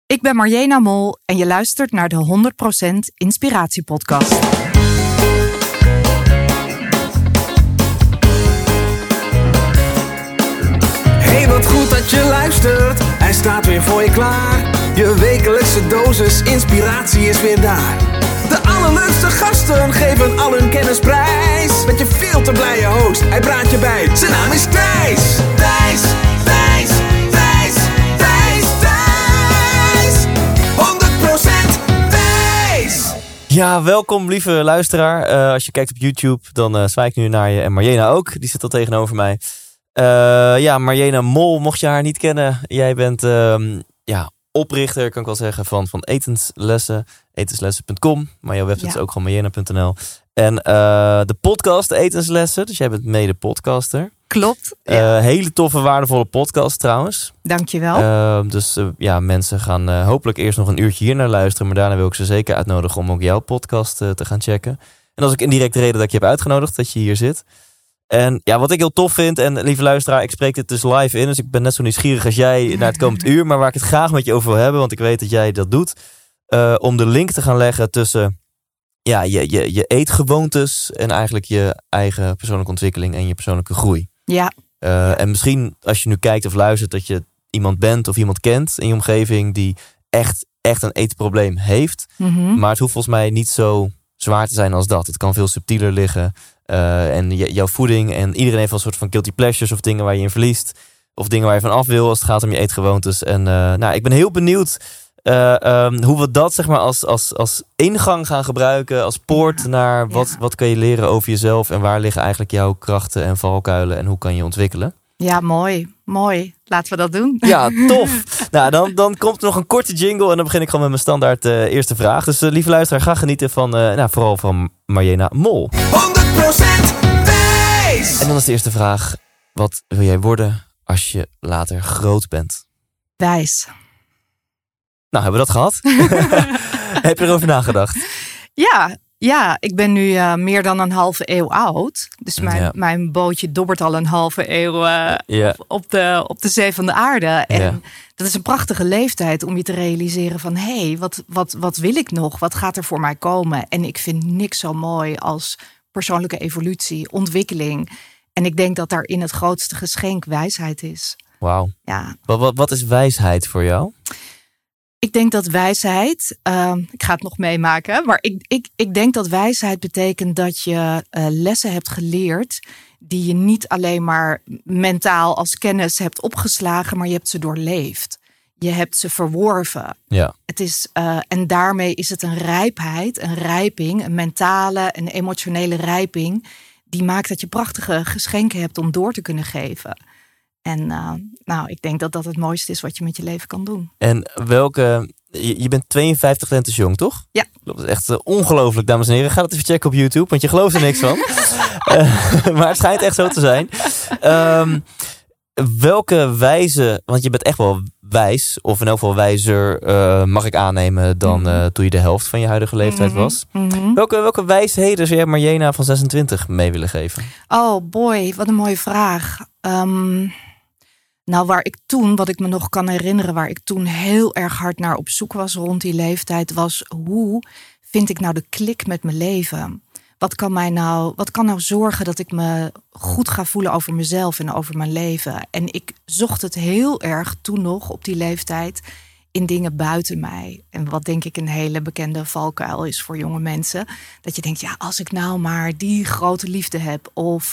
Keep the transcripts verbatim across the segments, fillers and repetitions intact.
Ik ben Marjena Mol en je luistert naar de honderd procent Inspiratie Podcast. Hey, wat goed dat je luistert. Hij staat weer voor je klaar. Je wekelijkse dosis inspiratie is weer daar. De allerleukste gasten geven al hun kennis prijs. Met je veel te blije host, hij praat je bij. Zijn naam is Thijs. Thijs, Thijs, Thijs, Thijs, Thijs. honderd procent Thijs. Ja, welkom lieve luisteraar. Uh, als je kijkt op YouTube, dan uh, zwaai ik nu naar je. En Marjena ook, die zit al tegenover mij. Uh, ja, Marjena Mol, mocht je haar niet kennen. Jij bent uh, ja, oprichter, kan ik wel zeggen, van, van etenslessen. etenslessen punt com. Maar jouw website ja. is ook gewoon marjena punt n l. En uh, de podcast Etenslessen. Dus jij bent mede podcaster. Klopt. Ja. Uh, hele toffe, waardevolle podcast trouwens. Dankjewel. Uh, dus uh, ja, mensen gaan uh, hopelijk eerst nog een uurtje hier naar luisteren. Maar daarna wil ik ze zeker uitnodigen om ook jouw podcast uh, te gaan checken. En dat is ook indirect de reden dat ik je heb uitgenodigd, dat je hier zit. En ja, wat ik heel tof vind, en lieve luisteraar, ik spreek dit dus live in. Dus ik ben net zo nieuwsgierig als jij naar het komend uur. Maar waar ik het graag met je over wil hebben, want ik weet dat jij dat doet. Uh, om de link te gaan leggen tussen ja, je, je, je eetgewoontes en eigenlijk je eigen persoonlijke ontwikkeling en je persoonlijke groei. Ja. Uh, en misschien als je nu kijkt of luistert dat je iemand bent of iemand kent in je omgeving die echt, echt een eetprobleem heeft. Mm-hmm. Maar het hoeft volgens mij niet zo zwaar te zijn als dat. Het kan veel subtieler liggen. Uh, en j- jouw voeding en iedereen heeft wel een soort van guilty pleasures of dingen waar je in verliest. Of dingen waar je van af wil als het gaat om je eetgewoontes. En uh, nou, ik ben heel benieuwd uh, um, hoe we dat zeg maar als, als, als ingang gaan gebruiken. Als poort ja. naar wat, ja. wat kan je leren over jezelf. En waar liggen eigenlijk jouw krachten en valkuilen. En hoe kan je ontwikkelen. Ja, mooi. Mooi. Laten we dat doen. Ja, tof. nou, dan, dan komt er nog een korte jingle. En dan begin ik gewoon met mijn standaard uh, eerste vraag. Dus uh, lieve luisteraar, ga genieten van, uh, nou, vooral van Marjena Mol. honderd procent Thijs. En dan is de eerste vraag. Wat wil jij worden als je later groot bent? Wijs. Nou, hebben we dat gehad? Heb je erover nagedacht? Ja, ja, ik ben nu uh, meer dan een halve eeuw oud. Dus mijn, ja. mijn bootje dobbert al een halve eeuw uh, ja. op, op, de, op de zee van de aarde. En ja. dat is een prachtige leeftijd om je te realiseren van... hé, hey, wat, wat, wat wil ik nog? Wat gaat er voor mij komen? En ik vind niks zo mooi als persoonlijke evolutie, ontwikkeling. En ik denk dat daarin het grootste geschenk wijsheid is. Wauw. Ja. Wat, wat, wat is wijsheid voor jou? Ik denk dat wijsheid, uh, ik ga het nog meemaken, maar ik, ik, ik denk dat wijsheid betekent dat je uh, lessen hebt geleerd die je niet alleen maar mentaal als kennis hebt opgeslagen, maar je hebt ze doorleefd. Je hebt ze verworven. Ja. Het is, uh, en daarmee is het een rijpheid, een rijping, een mentale, een emotionele rijping, die maakt dat je prachtige geschenken hebt om door te kunnen geven. En uh, nou, ik denk dat dat het mooiste is wat je met je leven kan doen. En welke... Je, je bent tweeënvijftig lentes jong, toch? Ja. Dat is echt uh, ongelooflijk, dames en heren. Ga dat even checken op YouTube, want je gelooft er niks van. uh, maar het schijnt echt zo te zijn. Um, welke wijze... Want je bent echt wel wijs, of in elk geval wijzer, uh, mag ik aannemen, dan uh, toen je de helft van je huidige leeftijd was. Mm-hmm. Welke, welke wijsheden zou jij Marjena van zesentwintig mee willen geven? Oh boy, wat een mooie vraag. Um... Nou, waar ik toen, wat ik me nog kan herinneren, waar ik toen heel erg hard naar op zoek was rond die leeftijd, was hoe vind ik nou de klik met mijn leven? Wat kan mij nou, wat kan nou zorgen dat ik me goed ga voelen over mezelf en over mijn leven? En ik zocht het heel erg toen nog op die leeftijd in dingen buiten mij. En wat denk ik een hele bekende valkuil is voor jonge mensen. Dat je denkt, ja, als ik nou maar die grote liefde heb of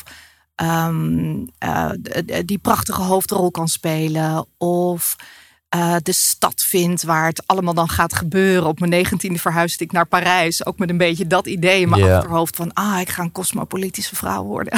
Um, uh, die prachtige hoofdrol kan spelen of uh, de stad vindt waar het allemaal dan gaat gebeuren. Op mijn negentiende verhuisde ik naar Parijs. Ook met een beetje dat idee in mijn yeah. achterhoofd van ah, ik ga een cosmopolitische vrouw worden.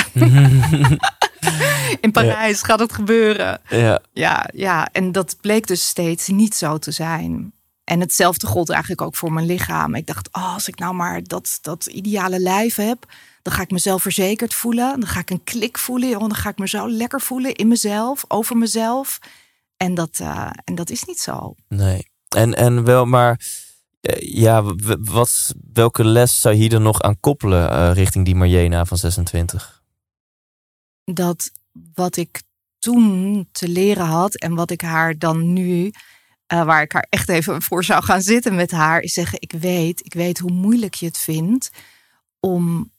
In Parijs yeah. gaat het gebeuren. Yeah. Ja, ja, en dat bleek dus steeds niet zo te zijn. En hetzelfde gold eigenlijk ook voor mijn lichaam. Ik dacht, oh, als ik nou maar dat, dat ideale lijf heb, dan ga ik mezelf verzekerd voelen. Dan ga ik een klik voelen. Dan ga ik me zo lekker voelen in mezelf, over mezelf. En dat, uh, en dat is niet zo. Nee. En, en wel, maar ja, wat, welke les zou je hier dan nog aan koppelen uh, richting die Marjena van zesentwintig? Dat wat ik toen te leren had en wat ik haar dan nu Uh, waar ik haar echt even voor zou gaan zitten met haar. Is zeggen, ik weet, ik weet hoe moeilijk je het vindt. Om,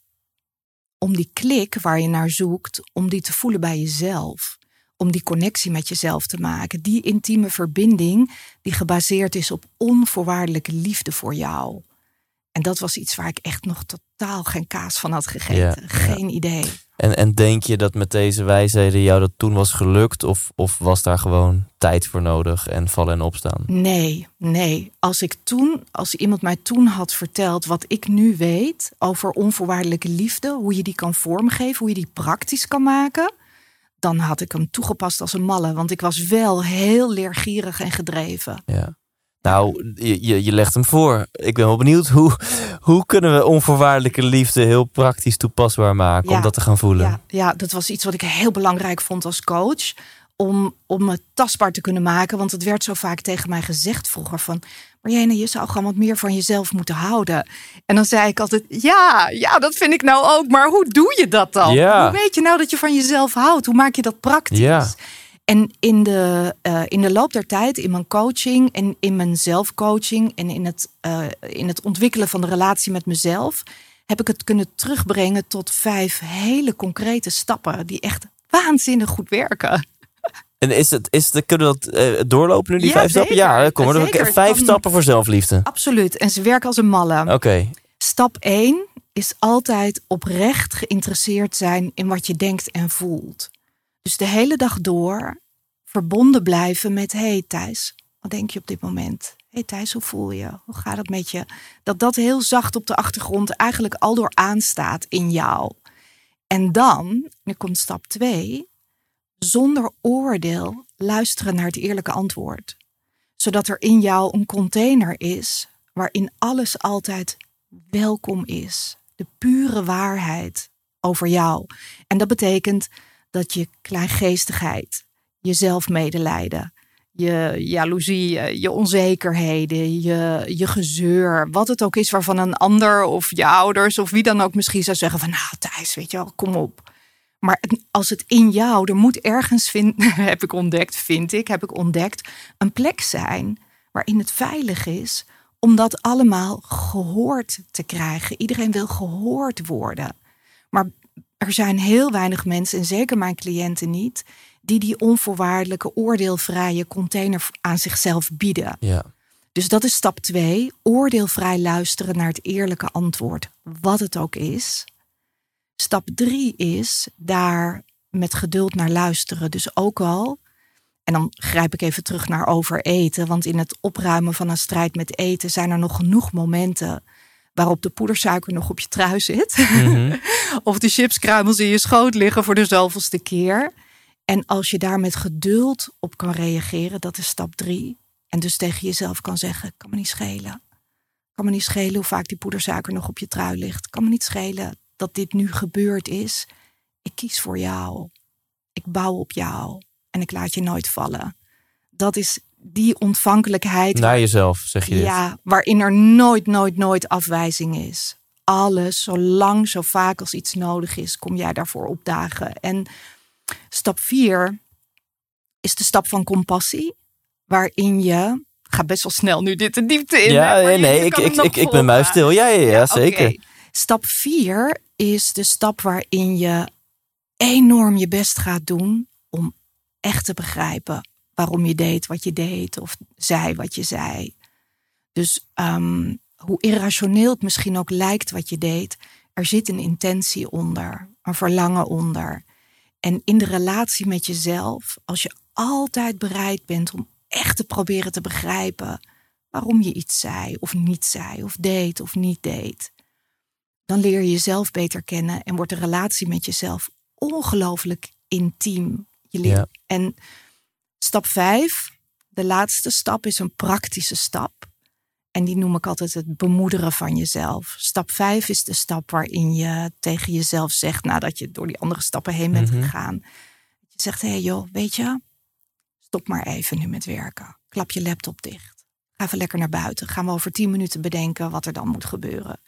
om die klik waar je naar zoekt. Om die te voelen bij jezelf. Om die connectie met jezelf te maken. Die intieme verbinding die gebaseerd is op onvoorwaardelijke liefde voor jou. En dat was iets waar ik echt nog totaal geen kaas van had gegeten. Ja, geen ja. idee. En, en denk je dat met deze wijsheden jou dat toen was gelukt? Of, of was daar gewoon tijd voor nodig en vallen en opstaan? Nee, nee. Als ik toen, als iemand mij toen had verteld wat ik nu weet over onvoorwaardelijke liefde, hoe je die kan vormgeven, hoe je die praktisch kan maken, dan had ik hem toegepast als een malle. Want ik was wel heel leergierig en gedreven. Ja. Nou, je, je, je legt hem voor. Ik ben wel benieuwd, hoe, hoe kunnen we onvoorwaardelijke liefde heel praktisch toepasbaar maken, ja, om dat te gaan voelen? Ja, ja, dat was iets wat ik heel belangrijk vond als coach. Om, om het tastbaar te kunnen maken. Want het werd zo vaak tegen mij gezegd vroeger van, Marjane, je zou gewoon wat meer van jezelf moeten houden. En dan zei ik altijd, ja, ja, dat vind ik nou ook. Maar hoe doe je dat dan? Ja. Hoe weet je nou dat je van jezelf houdt? Hoe maak je dat praktisch? Ja. En in de, uh, in de loop der tijd, in mijn coaching en in mijn zelfcoaching en in het, uh, in het ontwikkelen van de relatie met mezelf, heb ik het kunnen terugbrengen tot vijf hele concrete stappen die echt waanzinnig goed werken. En is het, is het, kunnen we dat uh, doorlopen nu, die ja, vijf zeker. stappen? Ja, kom maar. Ja, vijf kan... stappen voor zelfliefde. Absoluut. En ze werken als een malle. Oké. Okay. Stap één is altijd oprecht geïnteresseerd zijn in wat je denkt en voelt. Dus de hele dag door verbonden blijven met, hey Thijs, wat denk je op dit moment? Hey Thijs, hoe voel je? Hoe gaat het met je? Dat dat heel zacht op de achtergrond eigenlijk al door aanstaat in jou. En dan, nu komt stap twee, zonder oordeel luisteren naar het eerlijke antwoord. Zodat er in jou een container is waarin alles altijd welkom is. De pure waarheid over jou. En dat betekent dat je kleingeestigheid, je zelfmedelijden, je jaloezie, je onzekerheden, je, je gezeur, wat het ook is waarvan een ander of je ouders of wie dan ook misschien zou zeggen van, nou Thijs, weet je wel, kom op. Maar als het in jou, er moet ergens, vind, heb ik ontdekt, vind ik, heb ik ontdekt, een plek zijn waarin het veilig is om dat allemaal gehoord te krijgen. Iedereen wil gehoord worden. Maar er zijn heel weinig mensen, en zeker mijn cliënten niet, die die onvoorwaardelijke, oordeelvrije container aan zichzelf bieden. Ja. Dus dat is stap twee. Oordeelvrij luisteren naar het eerlijke antwoord, wat het ook is. Stap drie is daar met geduld naar luisteren. Dus ook al, en dan grijp ik even terug naar overeten, want in het opruimen van een strijd met eten zijn er nog genoeg momenten waarop de poedersuiker nog op je trui zit. Mm-hmm. Of de chipskruimels in je schoot liggen voor de zoveelste keer. En als je daar met geduld op kan reageren, dat is stap drie. En dus tegen jezelf kan zeggen, kan me niet schelen. Kan me niet schelen hoe vaak die poedersuiker nog op je trui ligt. Kan me niet schelen dat dit nu gebeurd is. Ik kies voor jou. Ik bouw op jou. En ik laat je nooit vallen. Dat is die ontvankelijkheid. Naar jezelf, zeg je dit. Ja, waarin er nooit, nooit, nooit afwijzing is. Alles, zo lang, zo vaak als iets nodig is, kom jij daarvoor opdagen. En stap vier is de stap van compassie. Waarin je, ga best wel snel nu dit de diepte in. Ja, hè, nee, nee ik, ik, ik, ik ben muisstil. Ja, ja, ja, ja zeker. Okay. Stap vier is de stap waarin je enorm je best gaat doen om echt te begrijpen waarom je deed wat je deed of zei wat je zei. Dus um, hoe irrationeel het misschien ook lijkt wat je deed, er zit een intentie onder, een verlangen onder. En in de relatie met jezelf, als je altijd bereid bent om echt te proberen te begrijpen waarom je iets zei of niet zei of deed of niet deed, dan leer je jezelf beter kennen en wordt de relatie met jezelf ongelooflijk intiem. Je leert. Ja. En stap vijf, de laatste stap, is een praktische stap. En die noem ik altijd het bemoederen van jezelf. Stap vijf is de stap waarin je tegen jezelf zegt, nadat je door die andere stappen heen bent mm-hmm. gegaan. Je zegt, hé hey joh, weet je, stop maar even nu met werken. Klap je laptop dicht. Ga even lekker naar buiten. Gaan we over tien minuten bedenken wat er dan moet gebeuren.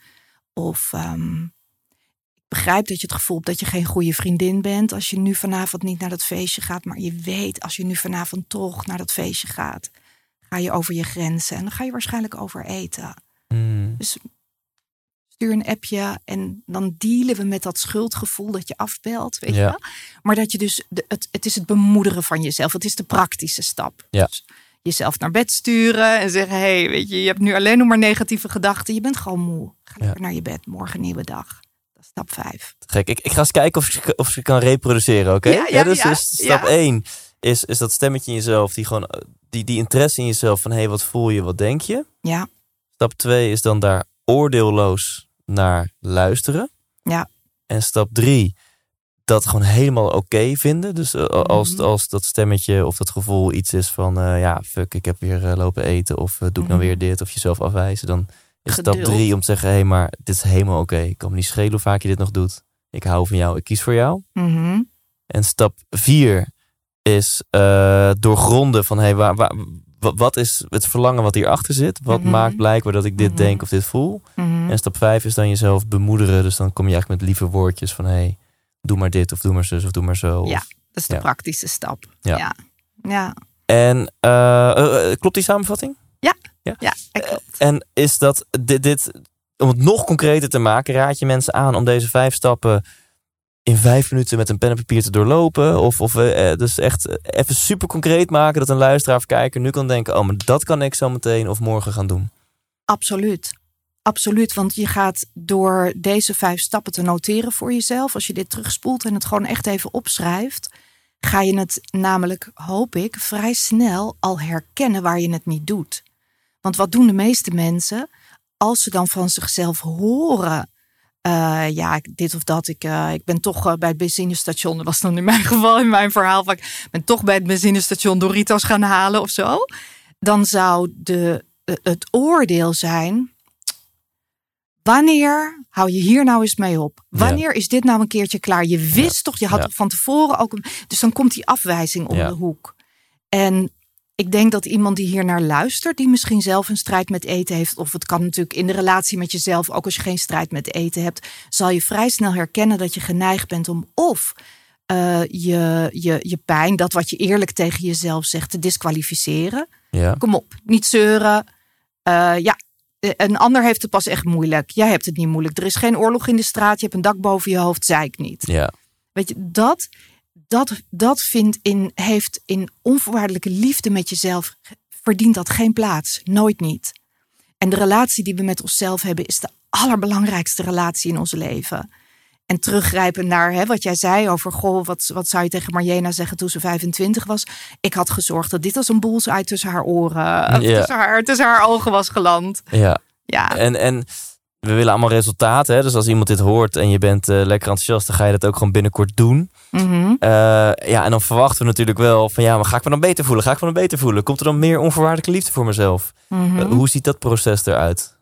Of um, ik begrijp dat je het gevoel hebt dat je geen goede vriendin bent als je nu vanavond niet naar dat feestje gaat. Maar je weet, als je nu vanavond toch naar dat feestje gaat, ga je over je grenzen. En dan ga je waarschijnlijk over eten. Mm. Dus stuur een appje en dan dealen we met dat schuldgevoel dat je afbelt. Weet Ja. je? Maar dat je dus, de, het, het is het bemoederen van jezelf. Het is de praktische stap. Ja. Dus jezelf naar bed sturen en zeggen, hé, hey, weet je, je hebt nu alleen nog maar negatieve gedachten. Je bent gewoon moe. Ga lekker Ja. naar je bed. Morgen een nieuwe dag. Dat is stap vijf. Gek. Ik, ik ga eens kijken of je, of je kan reproduceren, oké? Ja, ja, dus, ja, dus stap ja. één is, is dat stemmetje in jezelf, die gewoon die, die interesse in jezelf van hé, hey, wat voel je, wat denk je? Ja, Stap twee is dan daar oordeelloos naar luisteren. Ja. En stap drie, dat gewoon helemaal oké vinden. Dus uh, als, Mhm. als dat stemmetje of dat gevoel iets is van uh, ja, fuck, ik heb weer uh, lopen eten of uh, doe ik nou Mhm. weer dit of jezelf afwijzen, dan is Geduld. stap drie om te zeggen, hé, hey, maar dit is helemaal oké. Ik kan me niet schelen hoe vaak je dit nog doet. Ik hou van jou, ik kies voor jou. Mhm. En stap vier is uh, doorgronden van hey, waar, waar, wa- wat is het verlangen wat hierachter zit? Wat Mhm. maakt blijkbaar dat ik dit Mhm. denk of dit voel? Mhm. En stap vijf is dan jezelf bemoederen. Dus dan kom je eigenlijk met lieve woordjes van hey, doe maar dit of doe maar zus of doe maar zo. Ja. Of- Dat is de Ja. praktische stap. Ja. Ja, ja. En uh, uh, klopt die samenvatting? ja. Ja. ja dat klopt. En is dat dit, dit, om het nog concreter te maken, raad je mensen aan om deze vijf stappen in vijf minuten met een pen en papier te doorlopen? Of, of uh, dus echt even super concreet maken dat een luisteraar of kijker nu kan denken, oh, maar dat kan ik zo meteen of morgen gaan doen. Absoluut. Absoluut, want je gaat door deze vijf stappen te noteren voor jezelf. Als je dit terugspoelt en het gewoon echt even opschrijft, ga je het namelijk, hoop ik, vrij snel al herkennen waar je het niet doet. Want wat doen de meeste mensen als ze dan van zichzelf horen, Uh, ja, ik- dit of dat. Ik, uh, ik ben toch uh, bij het benzinestation. Dat was dan in mijn geval, in mijn verhaal. Van, ik ben toch bij het benzinestation Doritos gaan halen of zo. Dan zou de, uh, het oordeel zijn, wanneer hou je hier nou eens mee op? Wanneer is dit nou een keertje klaar? Je wist Ja. toch, je had Ja. toch van tevoren ook... Een, dus dan komt die afwijzing om Ja. de hoek. En ik denk dat iemand die hier naar luistert, die misschien zelf een strijd met eten heeft, of het kan natuurlijk in de relatie met jezelf, ook als je geen strijd met eten hebt, zal je vrij snel herkennen dat je geneigd bent om of uh, je, je, je pijn, dat wat je eerlijk tegen jezelf zegt, te disqualificeren. Ja. Kom op, niet zeuren. Uh, ja, een ander heeft het pas echt moeilijk. Jij hebt het niet moeilijk. Er is geen oorlog in de straat, je hebt een dak boven je hoofd, zei ik niet. Ja. Weet je, dat... Dat, dat vindt in, heeft in onvoorwaardelijke liefde met jezelf, verdient dat geen plaats. Nooit niet. En de relatie die we met onszelf hebben is de allerbelangrijkste relatie in ons leven. En teruggrijpen naar hè, wat jij zei over, goh, wat, wat zou je tegen Marjena zeggen toen ze vijfentwintig was? Ik had gezorgd dat dit als een bullseye tussen haar oren, Ja. tussen, haar, tussen haar ogen was geland. Ja. Ja. En, en we willen allemaal resultaten. Hè? Dus als iemand dit hoort en je bent uh, lekker enthousiast, dan ga je dat ook gewoon binnenkort doen. Mm-hmm. Uh, ja, en dan verwachten we natuurlijk wel van ja, maar ga ik me dan beter voelen? Ga ik me dan beter voelen? Komt er dan meer onvoorwaardelijke liefde voor mezelf? Mm-hmm. Uh, hoe ziet dat proces eruit?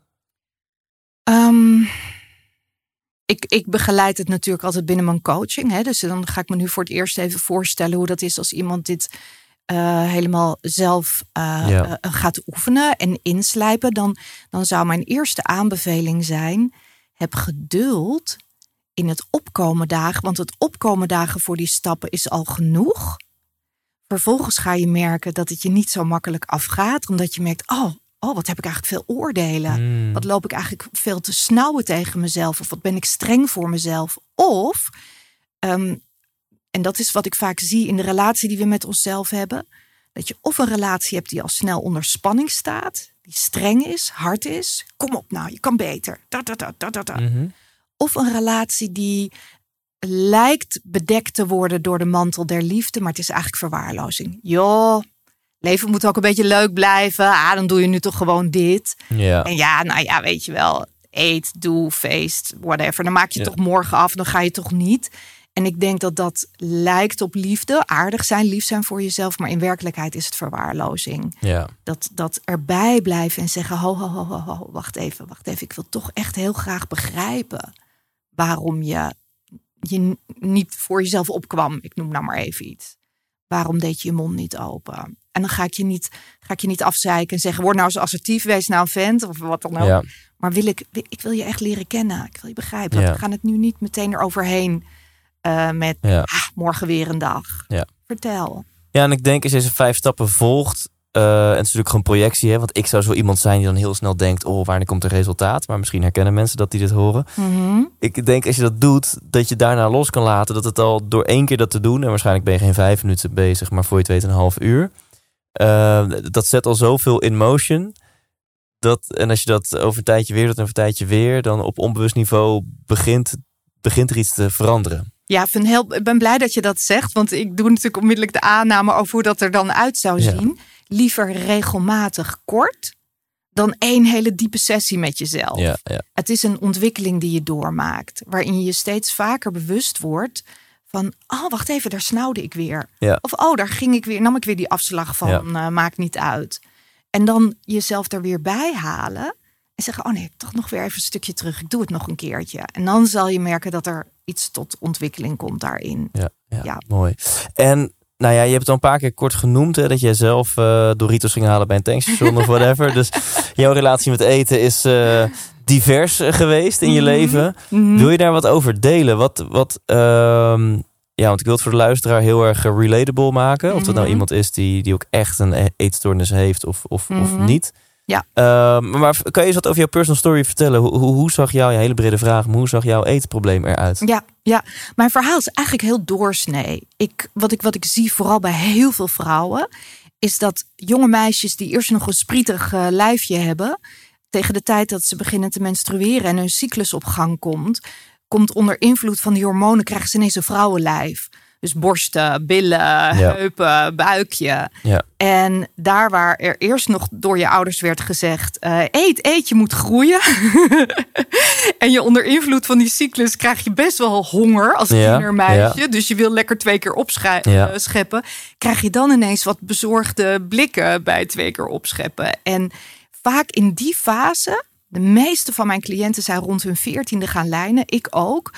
Um, ik, ik begeleid het natuurlijk altijd binnen mijn coaching. Hè? Dus dan ga ik me nu voor het eerst even voorstellen hoe dat is als iemand dit uh, helemaal zelf uh, Ja. uh, gaat oefenen en inslijpen. Dan, dan zou mijn eerste aanbeveling zijn, heb geduld in het opkomen dagen. Want het opkomen dagen voor die stappen is al genoeg. Vervolgens ga je merken dat het je niet zo makkelijk afgaat. Omdat je merkt, oh, oh wat heb ik eigenlijk veel oordelen. Hmm. Wat loop ik eigenlijk veel te snauwen tegen mezelf? Of wat ben ik streng voor mezelf? Of, um, en dat is wat ik vaak zie in de relatie die we met onszelf hebben. Dat je of een relatie hebt die al snel onder spanning staat. Die streng is, hard is. Kom op nou, je kan beter. Da, da, da, da, da, da. Mm-hmm. Of een relatie die lijkt bedekt te worden door de mantel der liefde. Maar het is eigenlijk verwaarlozing. Joh, leven moet ook een beetje leuk blijven. Ah, dan doe je nu toch gewoon dit. Ja. En ja, nou ja, weet je wel. Eet, doe, feest, whatever. Dan maak je Ja. toch morgen af, dan ga je toch niet. En ik denk dat dat lijkt op liefde. Aardig zijn, lief zijn voor jezelf. Maar in werkelijkheid is het verwaarlozing. Ja. Dat, dat erbij blijven en zeggen, ho, ho, ho, ho, ho, wacht even, wacht even. Ik wil toch echt heel graag begrijpen waarom je, je n- niet voor jezelf opkwam. Ik noem nou maar even iets. Waarom deed je je mond niet open? En dan ga ik je niet, ga ik je niet afzeiken en zeggen, word nou eens assertief, wees nou een vent of wat dan ook. Ja. Maar wil ik, ik wil je echt leren kennen. Ik wil je begrijpen. Ja. We gaan het nu niet meteen eroverheen uh, met Ja. ah, morgen weer een dag. Ja. Vertel. Ja, en ik denk als je deze vijf stappen volgt, Uh, en het is natuurlijk gewoon projectie. Hè? Want ik zou zo iemand zijn die dan heel snel denkt... oh, wanneer komt er resultaat? Maar misschien herkennen mensen dat die dit horen. Mm-hmm. Ik denk als je dat doet, dat je daarna los kan laten. Dat het al door één keer dat te doen... en waarschijnlijk ben je geen vijf minuten bezig... maar voor je het weet een half uur. Uh, dat zet al zoveel in motion... Dat, en als je dat over een tijdje weer doet en over een tijdje weer... dan op onbewust niveau begint, begint er iets te veranderen. Ja, ik, vind heel, ik ben blij dat je dat zegt. Want ik doe natuurlijk onmiddellijk de aanname over hoe dat er dan uit zou zien. Ja. Liever regelmatig kort dan één hele diepe sessie met jezelf. Ja, ja. Het is een ontwikkeling die je doormaakt. Waarin je je steeds vaker bewust wordt van... oh, wacht even, daar snauwde ik weer. Ja. Of oh, daar ging ik weer, nam ik weer die afslag van. Ja. Uh, maakt niet uit. En dan jezelf er weer bij halen. En zeggen, oh nee, toch nog weer even een stukje terug. Ik doe het nog een keertje. En dan zal je merken dat er iets tot ontwikkeling komt daarin. Ja, ja, ja. Mooi. En nou ja, je hebt het al een paar keer kort genoemd... Hè, dat jij zelf uh, Doritos ging halen bij een tankstation of whatever. Dus jouw relatie met eten is uh, divers geweest in je mm-hmm. leven. Mm-hmm. Wil je daar wat over delen? Wat, wat, uh, ja, want ik wil het voor de luisteraar heel erg relatable maken. Mm-hmm. Of dat nou iemand is die, die ook echt een eetstoornis heeft of, of, mm-hmm. of niet. Ja. Uh, maar kan je eens wat over jouw personal story vertellen? Hoe, hoe, hoe zag jouw, je hele brede vraag, hoe zag jouw eetprobleem eruit? Ja, ja, mijn verhaal is eigenlijk heel doorsnee. Ik, wat, ik, wat ik zie vooral bij heel veel vrouwen... is dat jonge meisjes die eerst nog een sprietig uh, lijfje hebben... tegen de tijd dat ze beginnen te menstrueren en hun cyclus op gang komt... komt onder invloed van die hormonen, krijgen ze ineens een vrouwenlijf... Dus borsten, billen, ja. heupen, buikje. Ja. En daar waar er eerst nog door je ouders werd gezegd... Uh, eet, eet, je moet groeien. En je onder invloed van die cyclus krijg je best wel honger als ja. tienermeisje. Ja. Dus je wil lekker twee keer opscheppen. Ja. Krijg je dan ineens wat bezorgde blikken bij twee keer opscheppen. En vaak in die fase, de meeste van mijn cliënten zijn rond hun veertiende gaan lijnen. Ik ook.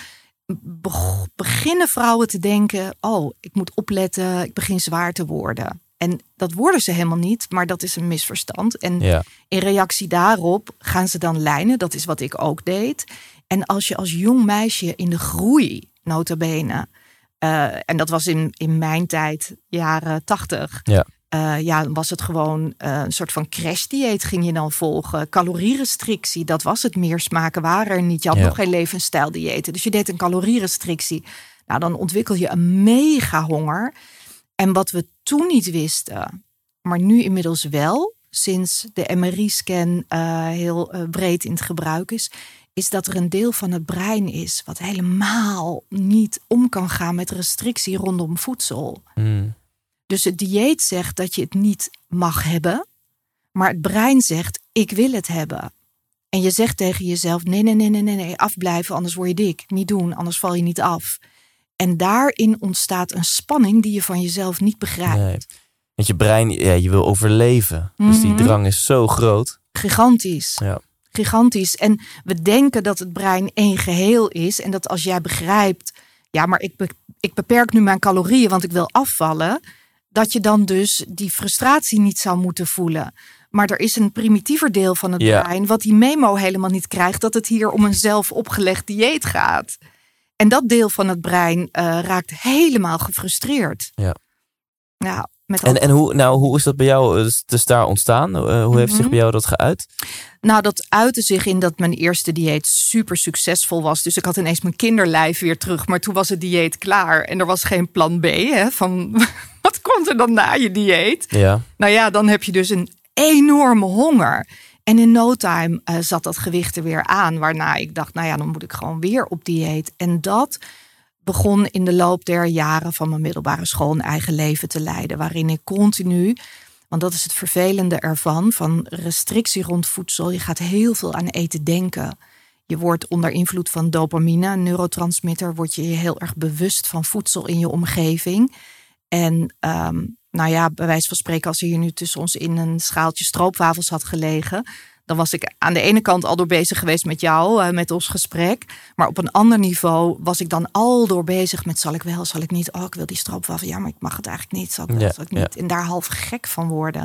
Beginnen vrouwen te denken, oh, ik moet opletten, ik begin zwaar te worden. En dat worden ze helemaal niet, maar dat is een misverstand. En ja. in reactie daarop gaan ze dan lijnen, dat is wat ik ook deed. En als je als jong meisje in de groei, nota bene, uh, en dat was in, in mijn tijd, jaren tachtig... Ja. Uh, ja, dan was het gewoon uh, een soort van crashdieet ging je dan volgen. Calorierestrictie, dat was het. Meer smaken waren er niet. Je had ja. nog geen levensstijldiëten. Dus je deed een calorierestrictie. Nou, dan ontwikkel je een mega honger. En wat we toen niet wisten, maar nu inmiddels wel... sinds de M R I-scan uh, heel uh, breed in het gebruik is... is dat er een deel van het brein is... wat helemaal niet om kan gaan met restrictie rondom voedsel. Mm. Dus het dieet zegt dat je het niet mag hebben. Maar het brein zegt, ik wil het hebben. En je zegt tegen jezelf, nee, nee, nee, nee, nee, afblijven, anders word je dik. Niet doen, anders val je niet af. En daarin ontstaat een spanning die je van jezelf niet begrijpt. Nee. Want je brein, ja, je wil overleven. Mm-hmm. Dus die drang is zo groot. Gigantisch. Ja. Gigantisch. En we denken dat het brein één geheel is. En dat als jij begrijpt, ja, maar ik, be- ik beperk nu mijn calorieën, want ik wil afvallen... dat je dan dus die frustratie niet zou moeten voelen. Maar er is een primitiever deel van het ja. brein... wat die memo helemaal niet krijgt... dat het hier om een zelf opgelegd dieet gaat. En dat deel van het brein uh, raakt helemaal gefrustreerd. Ja. Nou, met en en hoe, nou, hoe is dat bij jou dus daar ontstaan? Uh, hoe heeft mm-hmm. zich bij jou dat geuit? Nou, dat uitte zich in dat mijn eerste dieet super succesvol was. Dus ik had ineens mijn kinderlijf weer terug. Maar toen was het dieet klaar. En er was geen plan B, hè, van... wat komt er dan na je dieet? Ja. Nou ja, dan heb je dus een enorme honger. En in no time uh, zat dat gewicht er weer aan. Waarna ik dacht, nou ja, dan moet ik gewoon weer op dieet. En dat begon in de loop der jaren van mijn middelbare school een eigen leven te leiden. Waarin ik continu, want dat is het vervelende ervan, van restrictie rond voedsel. Je gaat heel veel aan eten denken. Je wordt onder invloed van dopamine, een neurotransmitter, word je heel erg bewust van voedsel in je omgeving. En um, nou ja, bij wijze van spreken, als er hier nu tussen ons in een schaaltje stroopwafels had gelegen, dan was ik aan de ene kant al door bezig geweest met jou, uh, met ons gesprek. Maar op een ander niveau was ik dan al door bezig met, zal ik wel, zal ik niet? Oh, ik wil die stroopwafel. Ja, maar ik mag het eigenlijk niet. Zal ik wel, ja, zal ik niet? Ja. En daar half gek van worden.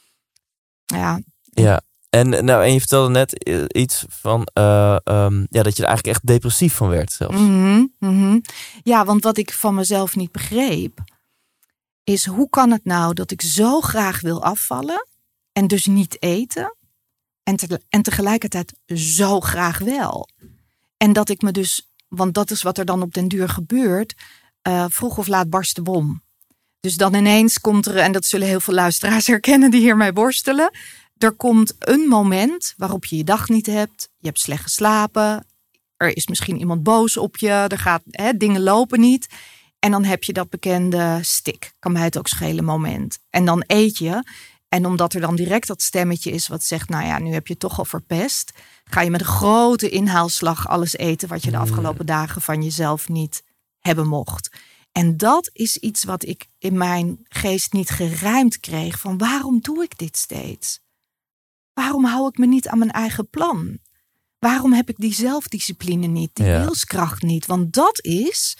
Ja. Ja. En, nou, en je vertelde net iets van uh, um, ja, dat je er eigenlijk echt depressief van werd zelfs. Mm-hmm, mm-hmm. Ja, want wat ik van mezelf niet begreep, is hoe kan het nou dat ik zo graag wil afvallen en dus niet eten en, te, en tegelijkertijd zo graag wel. En dat ik me dus, want dat is wat er dan op den duur gebeurt, uh, vroeg of laat barst de bom. Dus dan ineens komt er, en dat zullen heel veel luisteraars herkennen die hiermee worstelen, er komt een moment waarop je je dag niet hebt, je hebt slecht geslapen, er is misschien iemand boos op je, er gaat, hè, dingen lopen niet. En dan heb je dat bekende stik, kan mij het ook schelen moment. En dan eet je. En omdat er dan direct dat stemmetje is wat zegt, nou ja, nu heb je het toch al verpest. Ga je met een grote inhaalslag alles eten wat je de afgelopen dagen van jezelf niet hebben mocht. En dat is iets wat ik in mijn geest niet gerijmd kreeg. Van waarom doe ik dit steeds? Waarom hou ik me niet aan mijn eigen plan? Waarom heb ik die zelfdiscipline niet, die Ja. wilskracht niet? Want dat is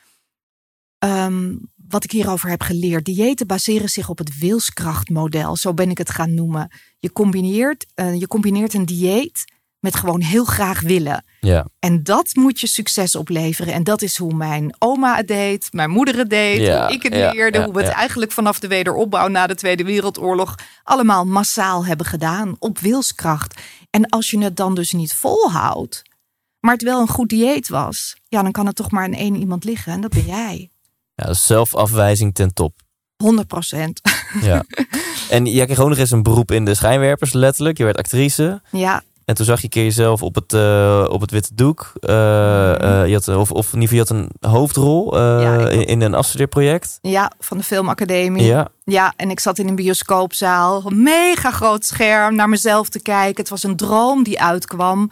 um, wat ik hierover heb geleerd. Diëten baseren zich op het wilskrachtmodel. Zo ben ik het gaan noemen. Je combineert, uh, je combineert een dieet met gewoon heel graag willen. Ja. En dat moet je succes opleveren. En dat is hoe mijn oma het deed, mijn moeder het deed, Ja, hoe ik het ja, leerde. ja, hoe we het ja. eigenlijk vanaf de wederopbouw na de Tweede Wereldoorlog allemaal massaal hebben gedaan. Op wilskracht. En als je het dan dus niet volhoudt, maar het wel een goed dieet was, ja, dan kan het toch maar in één iemand liggen. En dat ben jij. Ja, zelfafwijzing ten top. honderd procent. Ja. En jij kreeg ook nog eens een beroep in de schijnwerpers, letterlijk. Je werd actrice. Ja, En toen zag je een keer jezelf op het, uh, op het witte doek. Uh, uh, je had, of, of in ieder geval, je had een hoofdrol uh, Ja, ik- in, in een afstudeerproject. ja, van de Filmacademie. Ja. Ja, en ik zat in een bioscoopzaal. Een mega groot scherm naar mezelf te kijken. Het was een droom die uitkwam.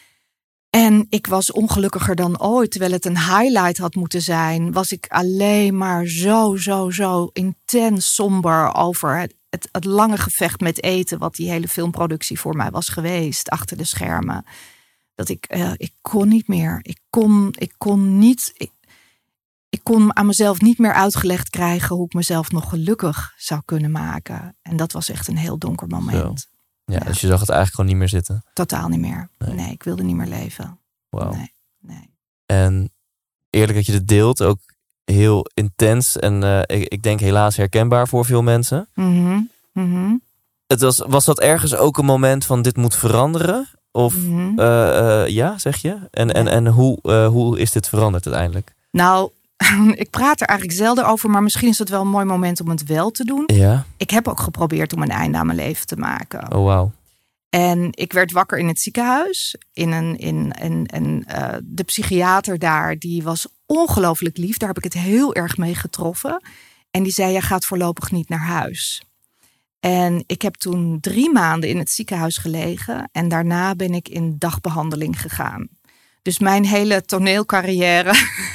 En ik was ongelukkiger dan ooit. Terwijl het een highlight had moeten zijn, was ik alleen maar zo, zo, zo intens somber over het, het, het lange gevecht met eten, wat die hele filmproductie voor mij was geweest, achter de schermen. Dat ik, uh, ik kon niet meer. Ik kon, ik kon niet... Ik, Ik kon aan mezelf niet meer uitgelegd krijgen hoe ik mezelf nog gelukkig zou kunnen maken. En dat was echt een heel donker moment. Ja, Ja. dus je zag het eigenlijk gewoon niet meer zitten. Totaal niet meer. Nee. Nee, ik wilde niet meer leven. Wauw. Nee, nee. En eerlijk dat je dit deelt, ook heel intens. En uh, ik, ik denk helaas herkenbaar voor veel mensen. Mm-hmm. Mm-hmm. Het was, was dat ergens ook een moment van dit moet veranderen? Of Mm-hmm. uh, uh, ja, zeg je? En, en, en hoe, uh, hoe is dit veranderd uiteindelijk? Nou, ik praat er eigenlijk zelden over, maar misschien is het wel een mooi moment om het wel te doen. Ja. Ik heb ook geprobeerd om een einde aan mijn leven te maken. Oh, wauw. En ik werd wakker in het ziekenhuis. In een, in, en en uh, de psychiater daar, die was ongelooflijk lief. Daar heb ik het heel erg mee getroffen. En die zei, jij gaat voorlopig niet naar huis. En ik heb toen drie maanden in het ziekenhuis gelegen. En daarna ben ik in dagbehandeling gegaan. Dus mijn hele toneelcarrière,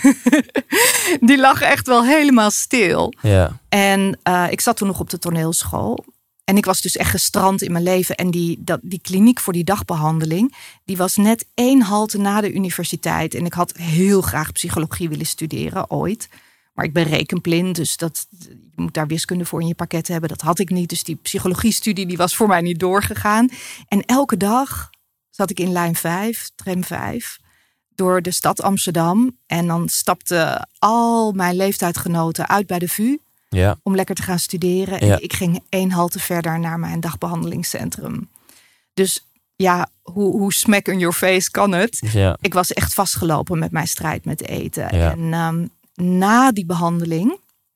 die lag echt wel helemaal stil. Ja. En uh, ik zat toen nog op de toneelschool. En ik was dus echt gestrand in mijn leven. En die, dat, die kliniek voor die dagbehandeling, die was net één halte na de universiteit. En ik had heel graag psychologie willen studeren, ooit. Maar ik ben rekenblind, dus dat, je moet daar wiskunde voor in je pakket hebben. Dat had ik niet, dus die psychologiestudie die was voor mij niet doorgegaan. En elke dag zat ik in lijn vijf, tram vijf, door de stad Amsterdam. En dan stapten al mijn leeftijdgenoten uit bij de V U Ja. om lekker te gaan studeren. En Ja. ik ging één halte verder naar mijn dagbehandelingscentrum. Dus ja, hoe, hoe smack in your face kan het? Dus ja. Ik was echt vastgelopen met mijn strijd met eten. Ja. En um, na die behandeling,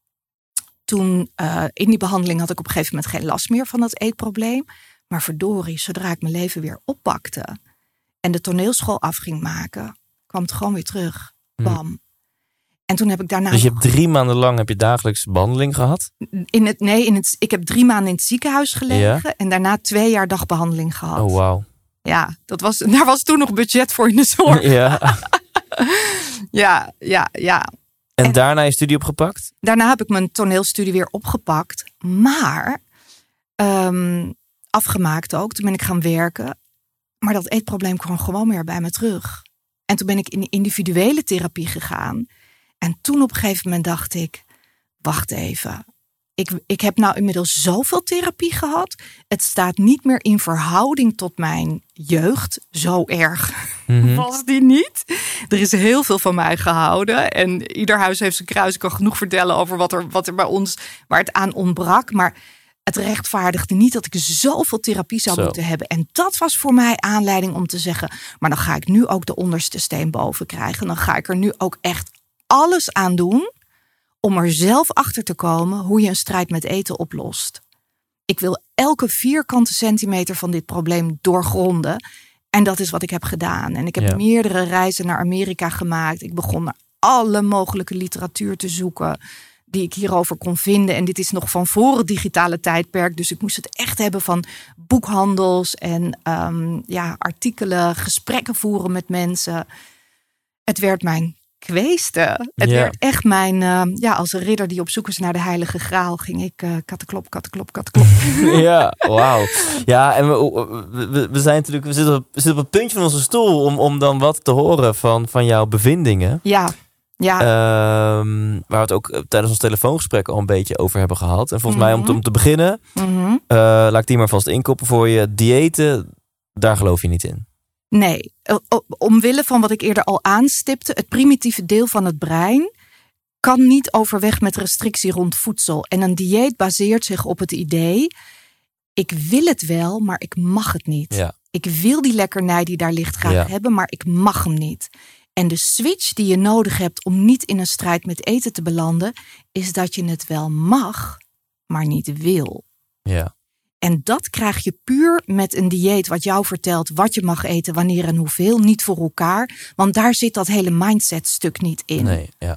toen uh, in die behandeling had ik op een gegeven moment geen last meer van dat eetprobleem. Maar verdorie, zodra ik mijn leven weer oppakte en de toneelschool af ging maken, kwam het gewoon weer terug. Bam. En toen heb ik daarna... Dus je nog- hebt drie maanden lang heb je dagelijks behandeling gehad? In het, nee, in het, ik heb drie maanden in het ziekenhuis gelegen. Ja. En daarna twee jaar dagbehandeling gehad. Oh, wauw. Ja, dat was, daar was toen nog budget voor in de zorg. Ja. Ja, ja, ja. En En- daarna je studie opgepakt? Daarna heb ik mijn toneelstudie weer opgepakt. Maar um, afgemaakt ook. Toen ben ik gaan werken. Maar dat eetprobleem kwam gewoon weer bij me terug. En toen ben ik in individuele therapie gegaan. En toen op een gegeven moment dacht ik, wacht even. Ik, ik heb nou inmiddels zoveel therapie gehad. Het staat niet meer in verhouding tot mijn jeugd. Zo erg Mm-hmm. Was die niet. Er is heel veel van mij gehouden. En ieder huis heeft zijn kruis. Ik kan genoeg vertellen over wat er, wat er bij ons, waar het aan ontbrak. Maar het rechtvaardigde niet dat ik zoveel therapie zou Zo. moeten hebben. En dat was voor mij aanleiding om te zeggen, maar dan ga ik nu ook de onderste steen boven krijgen. Dan ga ik er nu ook echt alles aan doen om er zelf achter te komen hoe je een strijd met eten oplost. Ik wil elke vierkante centimeter van dit probleem doorgronden. En dat is wat ik heb gedaan. En ik heb Ja. meerdere reizen naar Amerika gemaakt. Ik begon naar alle mogelijke literatuur te zoeken die ik hierover kon vinden. En dit is nog van voor het digitale tijdperk. Dus ik moest het echt hebben van boekhandels en um, ja, artikelen, gesprekken voeren met mensen. Het werd mijn kweeste. Het Ja. werd echt mijn, uh, ja, als een ridder die op zoek is naar de heilige graal, ging ik uh, katteklop, katteklop, katteklop. Ja, wauw. Ja, en we, we, we zijn natuurlijk, we zitten, op, we zitten op het puntje van onze stoel om, om dan wat te horen van, van jouw bevindingen. Ja, ja. Um, waar we het ook tijdens ons telefoongesprek al een beetje over hebben gehad. En volgens Mm-hmm. mij om te, om te beginnen, Mm-hmm. uh, laat ik die maar vast inkoppen voor je. Diëten, daar geloof je niet in. Nee, omwille van wat ik eerder al aanstipte, het primitieve deel van het brein kan niet overweg met restrictie rond voedsel. En een dieet baseert zich op het idee, ik wil het wel, maar ik mag het niet. Ja. Ik wil die lekkernij die daar ligt graag Ja. hebben, maar ik mag hem niet. En de switch die je nodig hebt om niet in een strijd met eten te belanden, is dat je het wel mag, maar niet wil. Ja. En dat krijg je puur met een dieet wat jou vertelt wat je mag eten, wanneer en hoeveel, niet voor elkaar. Want daar zit dat hele mindset stuk niet in. Nee, ja.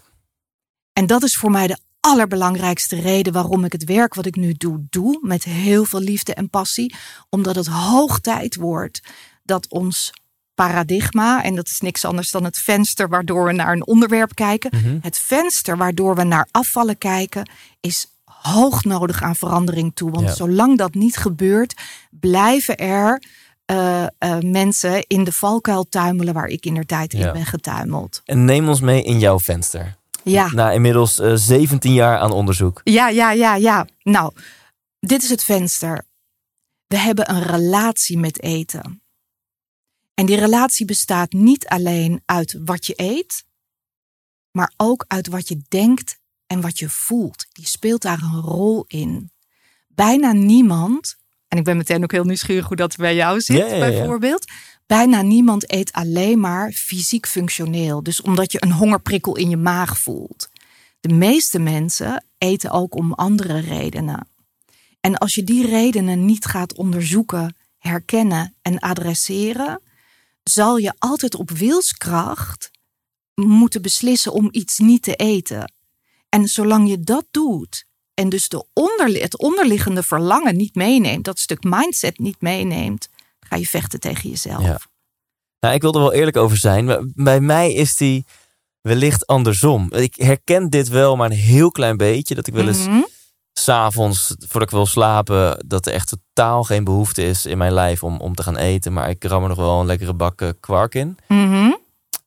En dat is voor mij de allerbelangrijkste reden waarom ik het werk wat ik nu doe, doe. Met heel veel liefde en passie. Omdat het hoog tijd wordt dat ons paradigma, en dat is niks anders dan het venster waardoor we naar een onderwerp kijken. Mm-hmm. Het venster waardoor we naar afvallen kijken is hoog nodig aan verandering toe. Want Ja. zolang dat niet gebeurt, blijven er uh, uh, mensen in de valkuil tuimelen waar ik indertijd in Ja. ben getuimeld. En neem ons mee in jouw venster. Ja. Na inmiddels uh, zeventien jaar aan onderzoek. Ja, ja, ja, ja. Nou, dit is het venster. We hebben een relatie met eten. En die relatie bestaat niet alleen uit wat je eet, maar ook uit wat je denkt en wat je voelt. Die speelt daar een rol in. Bijna niemand, en ik ben meteen ook heel nieuwsgierig hoe dat bij jou zit, Ja, ja, ja. bijvoorbeeld. Bijna niemand eet alleen maar fysiek functioneel. Dus omdat je een hongerprikkel in je maag voelt. De meeste mensen eten ook om andere redenen. En als je die redenen niet gaat onderzoeken, herkennen en adresseren, zal je altijd op wilskracht moeten beslissen om iets niet te eten. En zolang je dat doet en dus de onderli- het onderliggende verlangen niet meeneemt, dat stuk mindset niet meeneemt, ga je vechten tegen jezelf. Ja. Nou, ik wil er wel eerlijk over zijn. Maar bij mij is die wellicht andersom. Ik herken dit wel, maar een heel klein beetje. Dat ik wel eens Mm-hmm. 's avonds, voordat ik wil slapen, dat er echt totaal geen behoefte is in mijn lijf om, om te gaan eten. Maar ik ram er nog wel een lekkere bak uh, kwark in. Mm-hmm.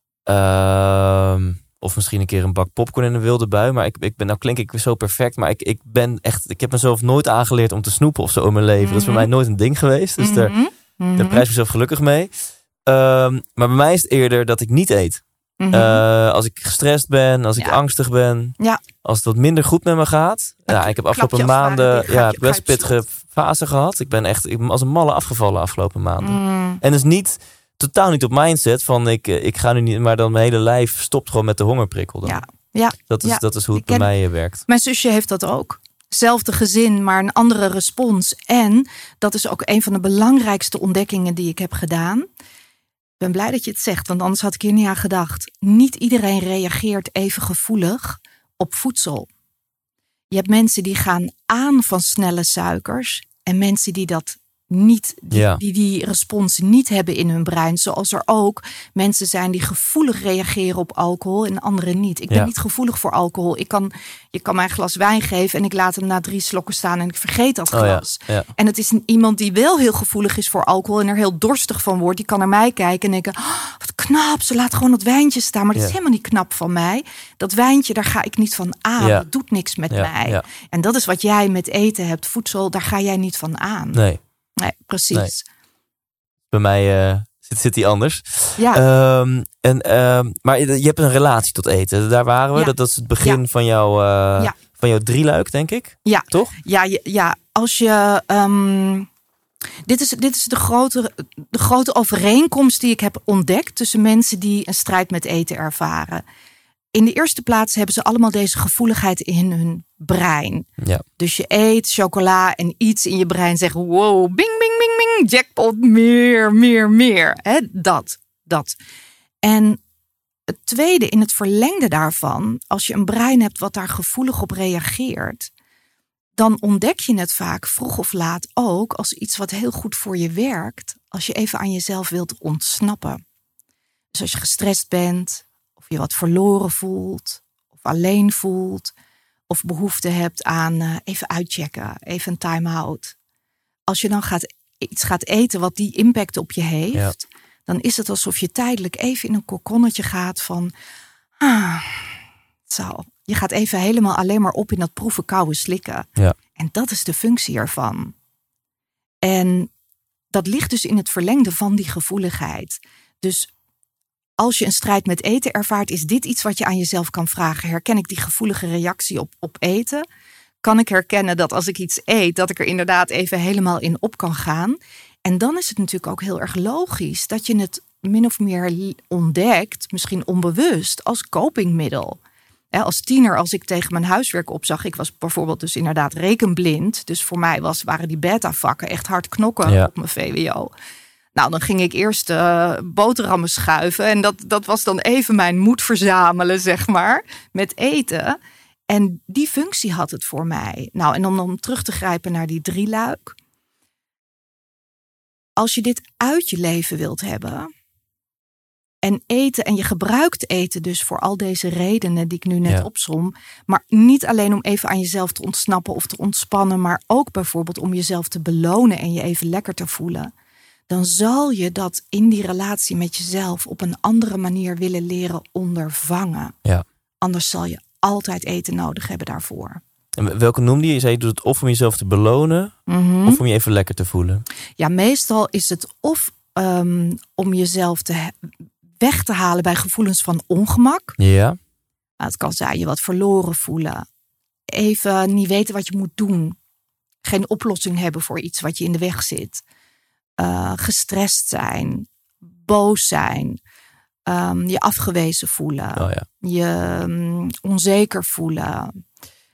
Uh, of misschien een keer een bak popcorn in een wilde bui. Maar ik, ik ben, nou klink ik zo perfect. Maar ik, ik ben echt, ik heb mezelf nooit aangeleerd om te snoepen of zo in mijn leven. Mm-hmm. Dat is bij mij nooit een ding geweest. Dus daar, Mm-hmm. daar prijs ik mezelf gelukkig mee. Uh, maar bij mij is het eerder dat ik niet eet. Mm-hmm. Uh, als ik gestrest ben, als ik Ja. angstig ben, Ja. als het wat minder goed met me gaat. Dan Ja, ik heb klap je afgelopen als het ware maanden dicht, ga ja, je- heb ik best ga je op pittige slot. fase gehad. Ik ben echt ik ben als een malle afgevallen afgelopen maanden. Mm. En dus niet, totaal niet op mindset van ik, ik ga nu niet, maar dan mijn hele lijf stopt gewoon met de hongerprikkel. Dan. Ja. Ja. Dat is, Ja. dat is hoe het Ik bij ken- mij uh, werkt. Mijn zusje heeft dat ook. Zelfde gezin, maar een andere respons. En dat is ook een van de belangrijkste ontdekkingen die ik heb gedaan. Ik ben blij dat je het zegt, want anders had ik hier niet aan gedacht. Niet iedereen reageert even gevoelig op voedsel. Je hebt mensen die gaan aan van snelle suikers en mensen die dat niet, die, Ja. die die respons niet hebben in hun brein. Zoals er ook mensen zijn die gevoelig reageren op alcohol en anderen niet. Ik ben Ja. niet gevoelig voor alcohol. Ik kan, je kan mij een glas wijn geven en ik laat hem na drie slokken staan en ik vergeet dat Oh ja, glas. ja. En het is een, iemand die wel heel gevoelig is voor alcohol en er heel dorstig van wordt. Die kan naar mij kijken en denken, oh, wat knap, ze laat gewoon dat wijntje staan. Maar dat Ja. is helemaal niet knap van mij. Dat wijntje, daar ga ik niet van aan. Ja. Dat doet niks met Ja, mij. ja. En dat is wat jij met eten hebt, voedsel, daar ga jij niet van aan. Nee, Nee, precies. Nee. bij mij uh, zit, zit die anders. Ja. Um, en, um, maar je hebt een relatie tot eten. Daar waren we. Ja. Dat, dat is het begin ja. van, jouw, uh, ja. van jouw drieluik, denk ik. Ja. Toch? Ja, ja, ja. Als je... Um, dit is, dit is de, grote, de grote overeenkomst die ik heb ontdekt tussen mensen die een strijd met eten ervaren. In de eerste plaats hebben ze allemaal deze gevoeligheid in hun brein. Ja. Dus je eet chocola en iets in je brein zegt... wow, bing, bing, bing, bing, jackpot, meer, meer, meer. He, dat, dat. En het tweede, in het verlengde daarvan... als je een brein hebt wat daar gevoelig op reageert... dan ontdek je het vaak vroeg of laat ook... als iets wat heel goed voor je werkt... als je even aan jezelf wilt ontsnappen. Dus als je gestrest bent... of je wat verloren voelt... of alleen voelt... of behoefte hebt aan uh, even uitchecken... even een time-out. Als je dan gaat, iets gaat eten wat die impact op je heeft... Ja. dan is het alsof je tijdelijk even in een kokonnetje gaat van... Ah, zo... Je gaat even helemaal alleen maar op in dat proeven, kauwen, slikken. Ja. En dat is de functie ervan. En dat ligt dus in het verlengde van die gevoeligheid. Dus als je een strijd met eten ervaart... is dit iets wat je aan jezelf kan vragen. Herken ik die gevoelige reactie op, op eten? Kan ik herkennen dat als ik iets eet... dat ik er inderdaad even helemaal in op kan gaan? En dan is het natuurlijk ook heel erg logisch... dat je het min of meer ontdekt, misschien onbewust... als copingmiddel. Ja, als tiener, als ik tegen mijn huiswerk opzag... ik was bijvoorbeeld dus inderdaad rekenblind... dus voor mij was, waren die beta-vakken echt hard knokken ja. op mijn V W O. Nou, dan ging ik eerst uh, boterhammen schuiven... en dat, dat was dan even mijn moed verzamelen, zeg maar, met eten. En die functie had het voor mij. Nou, en om dan terug te grijpen naar die drieluik... als je dit uit je leven wilt hebben... En eten, en je gebruikt eten dus voor al deze redenen die ik nu net ja. opsom. Maar niet alleen om even aan jezelf te ontsnappen of te ontspannen. Maar ook bijvoorbeeld om jezelf te belonen en je even lekker te voelen. Dan zal je dat in die relatie met jezelf op een andere manier willen leren ondervangen. Ja. Anders zal je altijd eten nodig hebben daarvoor. En welke noemde je? Je zei je doet het of om jezelf te belonen. Mm-hmm. Of om je even lekker te voelen. Ja, meestal is het of um, om jezelf te he- weg te halen bij gevoelens van ongemak. Ja. Nou, het kan zijn je wat verloren voelen. Even niet weten wat je moet doen. Geen oplossing hebben voor iets wat je in de weg zit. Uh, gestrest zijn. Boos zijn. Um, je afgewezen voelen. Oh ja. Je um, onzeker voelen.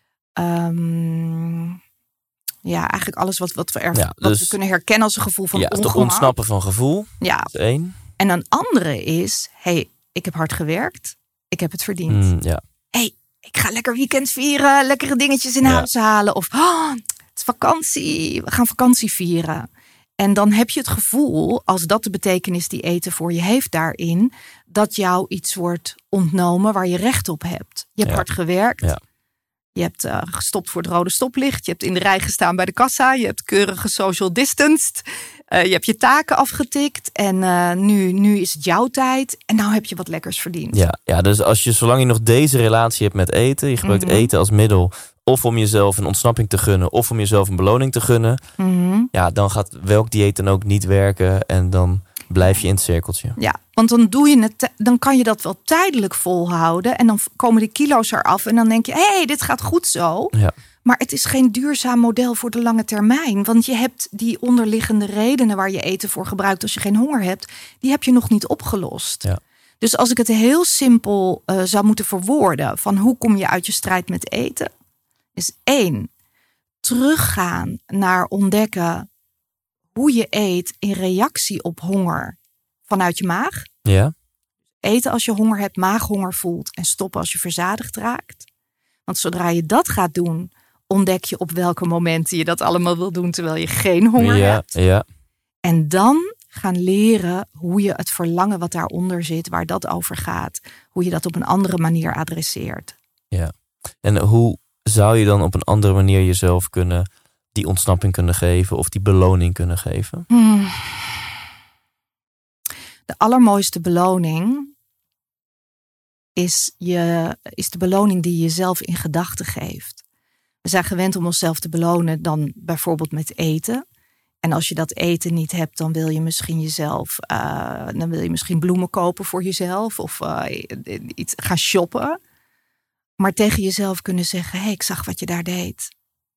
Um, ja, eigenlijk alles wat, wat, we, er, ja, dus, wat we kunnen herkennen als een gevoel van ja, ongemak. Toch ontsnappen van gevoel. Ja. Dat is één. En een andere is, hey, ik heb hard gewerkt. Ik heb het verdiend. Mm, ja. Hey, ik ga lekker weekend vieren. Lekkere dingetjes in huis ja. halen. Of, oh, het is vakantie. We gaan vakantie vieren. En dan heb je het gevoel, als dat de betekenis die eten voor je heeft daarin, dat jou iets wordt ontnomen waar je recht op hebt. Je hebt ja. hard gewerkt. Ja. Je hebt uh, gestopt voor het rode stoplicht. Je hebt in de rij gestaan bij de kassa. Je hebt keurig gesocial distanced. Uh, je hebt je taken afgetikt. En uh, nu, nu is het jouw tijd. En nou heb je wat lekkers verdiend. Ja, ja, dus als je, zolang je nog deze relatie hebt met eten. Je gebruikt mm-hmm. eten als middel. Of om jezelf een ontsnapping te gunnen. Of om jezelf een beloning te gunnen. Mm-hmm. Ja, dan gaat welk dieet dan ook niet werken. En dan blijf je in het cirkeltje. Ja, want dan doe je het, dan kan je dat wel tijdelijk volhouden. En dan komen de kilo's eraf. En dan denk je, hé, hey, dit gaat goed zo. Ja. Maar het is geen duurzaam model voor de lange termijn. Want je hebt die onderliggende redenen waar je eten voor gebruikt als je geen honger hebt. Die heb je nog niet opgelost. Ja. Dus als ik het heel simpel uh, zou moeten verwoorden. Van hoe kom je uit je strijd met eten? Is één, teruggaan naar ontdekken hoe je eet in reactie op honger vanuit je maag. Ja. Eten als je honger hebt, maaghonger voelt en stoppen als je verzadigd raakt. Want zodra je dat gaat doen, ontdek je op welke momenten je dat allemaal wil doen terwijl je geen honger ja, hebt. Ja. En dan gaan leren hoe je het verlangen wat daaronder zit, waar dat over gaat, hoe je dat op een andere manier adresseert. Ja. En hoe zou je dan op een andere manier jezelf kunnen die ontsnapping kunnen geven of die beloning kunnen geven? Hmm. De allermooiste beloning is, je, is de beloning die je jezelf in gedachten geeft. We zijn gewend om onszelf te belonen dan bijvoorbeeld met eten. En als je dat eten niet hebt, dan wil je misschien jezelf, uh, dan wil je misschien bloemen kopen voor jezelf of uh, iets gaan shoppen. Maar tegen jezelf kunnen zeggen, hé, hey, ik zag wat je daar deed.